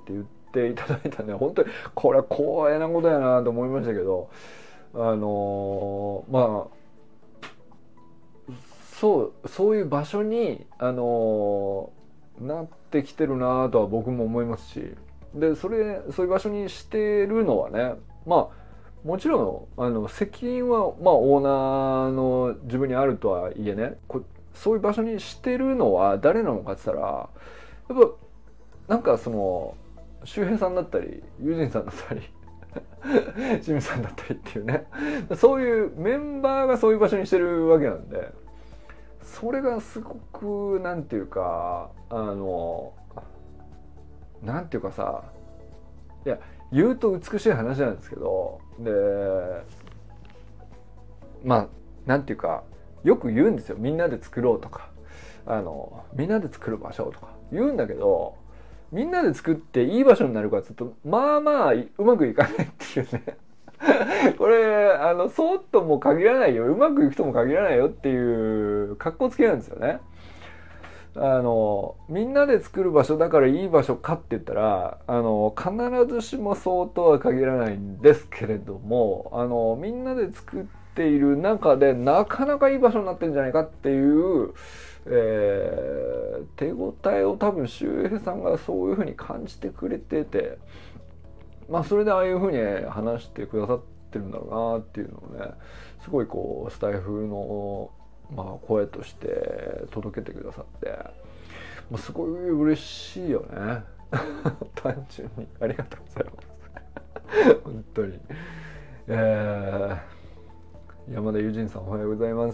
ていただいたんで本当にこれは光栄なことやなと思いましたけど、あのー、まあそうそういう場所に、あのー、なってきてるなとは僕も思いますし、でそれそういう場所にしてるのはね、まあもちろんあの責任は、まあ、オーナーの自分にあるとはいえね、こそういう場所にしてるのは誰なのかって言ったら、やっぱなんかその周平さんだったりユージンさんだったり清水さんだったりっていうね、そういうメンバーがそういう場所にしてるわけなんで、それがすごくなんていうか、あのなんていうかさ、いや言うと美しい話なんですけど、でまあなんていうかよく言うんですよ、みんなで作ろうとか、あのみんなで作る場所とか言うんだけど、みんなで作っていい場所になるかっていうとまあまあうまくいかないっていうねこれあのそうとも限らないよ、うまくいくとも限らないよっていう格好つけなんですよね。あのみんなで作る場所だからいい場所かって言ったら、あの必ずしもそうとは限らないんですけれども、あのみんなで作っている中でなかなかいい場所になってるんじゃないかっていう、えー、手応えを多分周平さんがそういうふうに感じてくれてて、まあそれでああいうふうに話してくださってるんだろうなっていうのをね、すごいこうスタイフのまあ声として届けてくださって、もうすごい嬉しいよね単純にありがとうございます本当に、えー、山田友人さんおはようございます。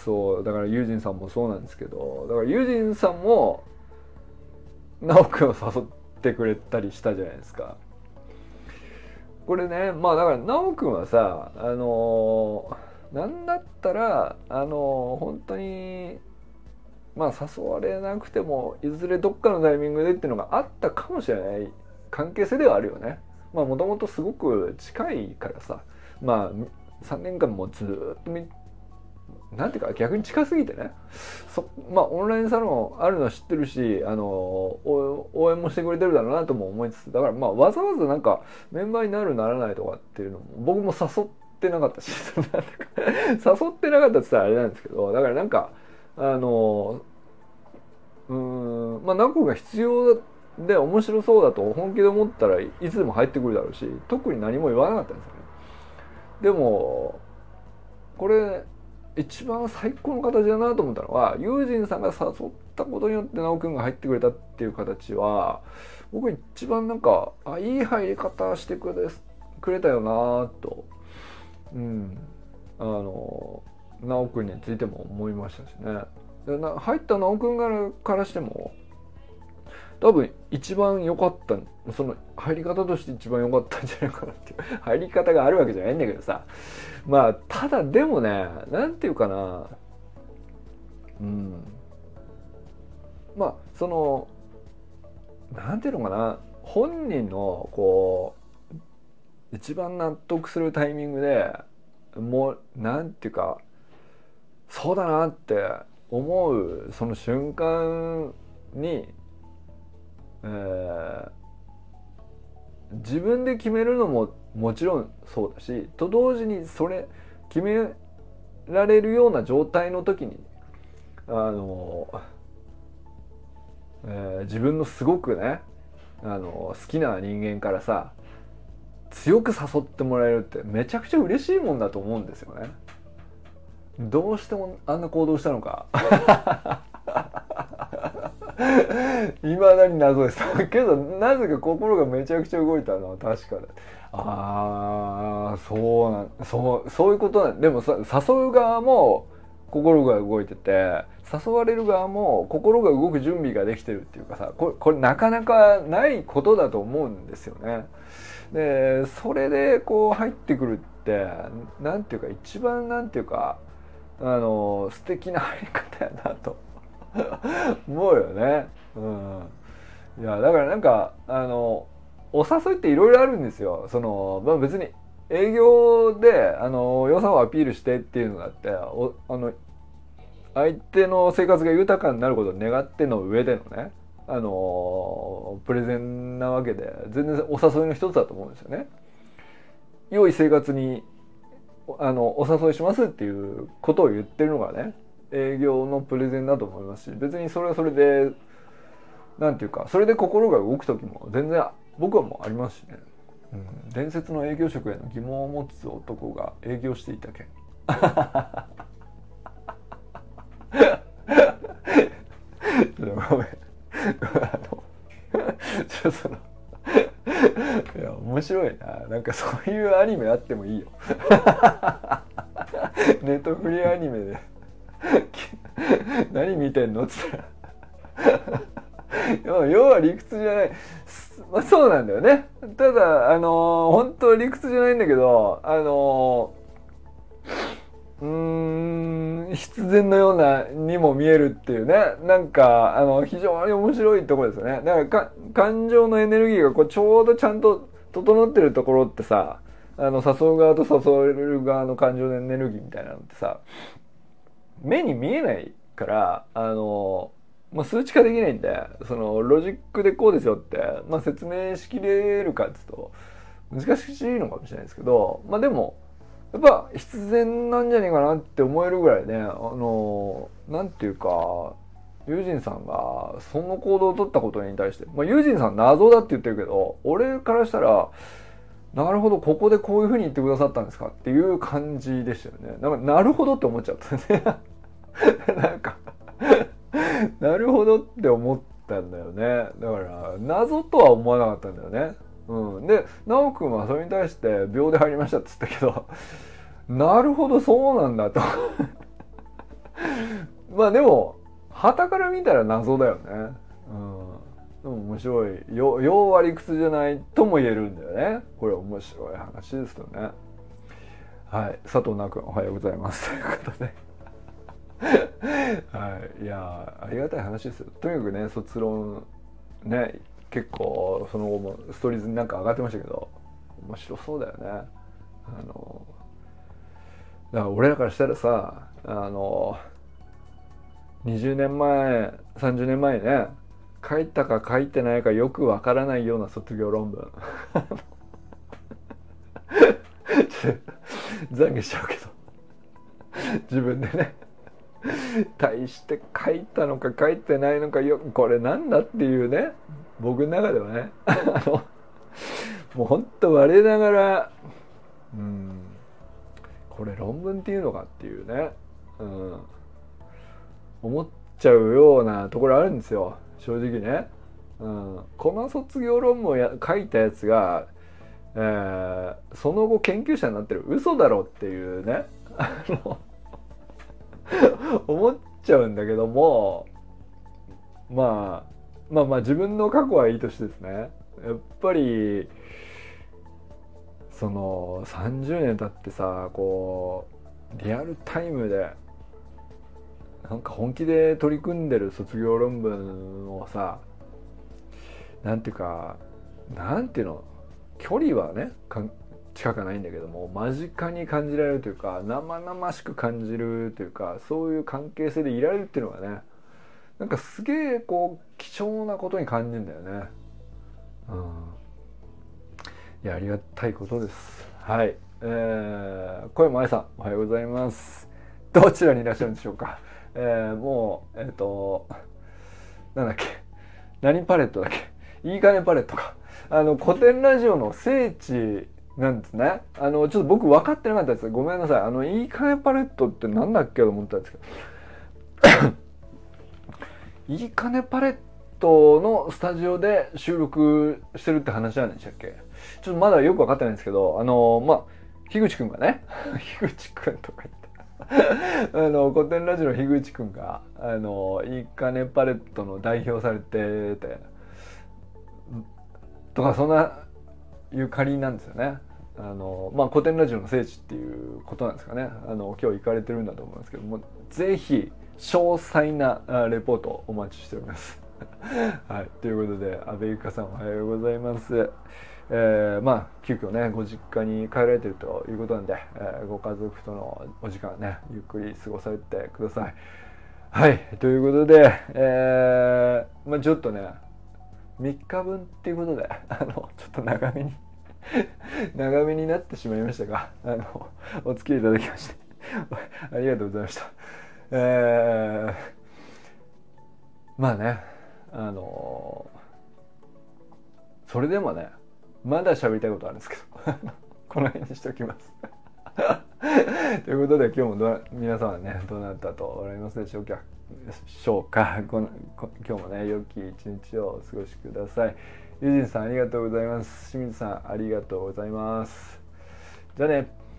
そうだから友人さんもそうなんですけど、だから友人さんも直くんを誘ってくれたりしたじゃないですか。これね、まあだから直くんはさ、あのー、なんだったらあのー、本当にまあ誘われなくてもいずれどっかのタイミングでっていうのがあったかもしれない関係性ではあるよね。まあもともとすごく近いからさ、まあさんねんかんもずっとみなんていうか逆に近すぎてね、そまあオンラインサロンあるのは知ってるし、あの応援もしてくれてるだろうなとも思いつつ、だからまあわざわざなんかメンバーになるならないとかっていうのも僕も誘ってなかったし誘ってなかったって言ったらあれなんですけど、だからなんかあのうーんまあ何個が必要で面白そうだと本気で思ったらいつでも入ってくるだろうし、特に何も言わなかったんですよね。でもこれ一番最高の形だなと思ったのは、ユージンさんが誘ったことによって直くんが入ってくれたっていう形は僕一番なんかあいい入り方してくれくれたよなと、うん、あの直くんについても思いましたしね。でな入った直くんからしても多分一番良かった、その入り方として一番良かったんじゃないかなっていう入り方があるわけじゃないんだけどさ、まあただでもね、なんていうかな、うんまあそのなんていうのかな、本人のこう一番納得するタイミングでもうなんていうかそうだなって思うその瞬間に、えー、自分で決めるのももちろんそうだし、と同時にそれ決められるような状態の時にあの、えー、自分のすごくねあの好きな人間からさ強く誘ってもらえるってめちゃくちゃ嬉しいもんだと思うんですよね。どうしてもあんな行動したのかいまだに謎ですけど、なぜか心がめちゃくちゃ動いたのは確かだ。ああそうなんそうそういうことなんでもさ、誘う側も心が動いてて誘われる側も心が動く準備ができてるっていうかさ、これ、これなかなかないことだと思うんですよね。でそれでこう入ってくるってなんていうか一番なんていうかあの素敵な入り方やなと思うよね。うん、いやだからなんかあのお誘いっていろいろあるんですよ。その、まあ、別に営業であの良さをアピールしてっていうのだっておあの相手の生活が豊かになることを願っての上でのね、 あのプレゼンなわけで、全然お誘いの一つだと思うんですよね。良い生活にあのお誘いしますっていうことを言ってるのがね、営業のプレゼンだと思いますし、別にそれはそれでなんていうか、それで心が動く時も全然僕はもうありますしね、うん、伝説の営業職への疑問を持つ男が営業していた件ごめんあのちょっとそのいや面白いな、なんかそういうアニメあってもいいよネットフリアニメで何見てんのっつったら要は理屈じゃない、まあ、そうなんだよね。ただあのー、本当は理屈じゃないんだけど、あのー、うーん必然のようなにも見えるっていうね、なんかあの非常に面白いところですよね。だからか感情のエネルギーがこうちょうどちゃんと整ってるところってさ、あの誘う側と誘われる側の感情のエネルギーみたいなのってさ、目に見えないから、あのーまあ、数値化できないんで、そのロジックでこうですよって、まあ、説明しきれるかっていうと難しいのかもしれないですけど、まあでもやっぱ必然なんじゃねえかなって思えるぐらいね、あのなんていうか、ユージンさんがその行動を取ったことに対して、まあ、ユージンさん謎だって言ってるけど、俺からしたらなるほど、ここでこういうふうに言ってくださったんですかっていう感じでしたよね。なんかなるほどって思っちゃったねなんかなるほどって思ったんだよね。だから謎とは思わなかったんだよね。うん、で直くんはそれに対して秒で入りましたって言ったけどなるほどそうなんだとまあでも傍から見たら謎だよね。うん、でも面白い、要は理屈じゃないとも言えるんだよね。これ面白い話ですよね。はい、佐藤直くんおはようございますということではい、いやありがたい話ですよ。とにかくね、卒論ね、結構その後もストーリーズになんか上がってましたけど、面白そうだよね。あのだから俺らからしたらさ、あのにじゅうねんまえさんじゅうねんまえにね、書いたか書いてないかよくわからないような卒業論文懺悔しちゃうけど自分でね対して書いたのか書いてないのかよ、これなんだっていうね、僕の中ではねあのもうほんと我ながら、うん、これ論文っていうのかっていうね、うん、思っちゃうようなところあるんですよ、正直ね。うん、この卒業論文をや書いたやつが、えー、その後研究者になってる、嘘だろっていうねあの思っちゃうんだけども、まあまあまあ自分の過去はいいとしてですね、やっぱりそのさんじゅうねん経ってさ、こうリアルタイムでなんか本気で取り組んでる卒業論文をさ、なんていうか、なんていうの、距離はね近くないんだけども間近に感じられるというか、生々しく感じるというか、そういう関係性でいられるっていうのがね、なんかすげえこう貴重なことに感じるんだよね。うん、いやありがたいことです。はい、えー、小山愛さんおはようございます。どちらにいらっしゃるんでしょうか。えー、もうえっ、ー、となんだっけ、何パレットだっけ、いいかねパレットか、あの古典ラジオの聖地なんですね。あのちょっと僕分かってなかったです。ごめんなさい。あのいいかねパレットってなんだっけと思ったんですけどいいかねパレットのスタジオで収録してるって話なんでしたっけ。ちょっとまだよく分かってないんですけど、あのまあ樋口くんがね樋口くんとか言ってあの古典ラジオの樋口くんがあのいいかねパレットの代表されててとか、そんなゆかりなんですよね。あのまあ古典ラジオの聖地っていうことなんですかね。あの今日行かれてるんだと思うんですけども、ぜひ詳細なレポートをお待ちしておりますはい、ということで阿部ゆかさんおはようございます。えー、まあ急遽ねご実家に帰られてるということなんで、えー、ご家族とのお時間ねゆっくり過ごされてください。 はい、ということで、えー、まあちょっとねみっかぶんっていうことであのちょっと長めに長めになってしまいましたが、あのお付き合いいただきましてありがとうございました。えー、まあね、あのそれでもねまだ喋りたいことあるんですけどこの辺にしておきますということで今日もど皆さんはねどうなったとおられますでしょうかしょうかこのこ今日もね良き一日をお過ごしください。ゆうじんさんありがとうございます。清水さんありがとうございます。じゃあね。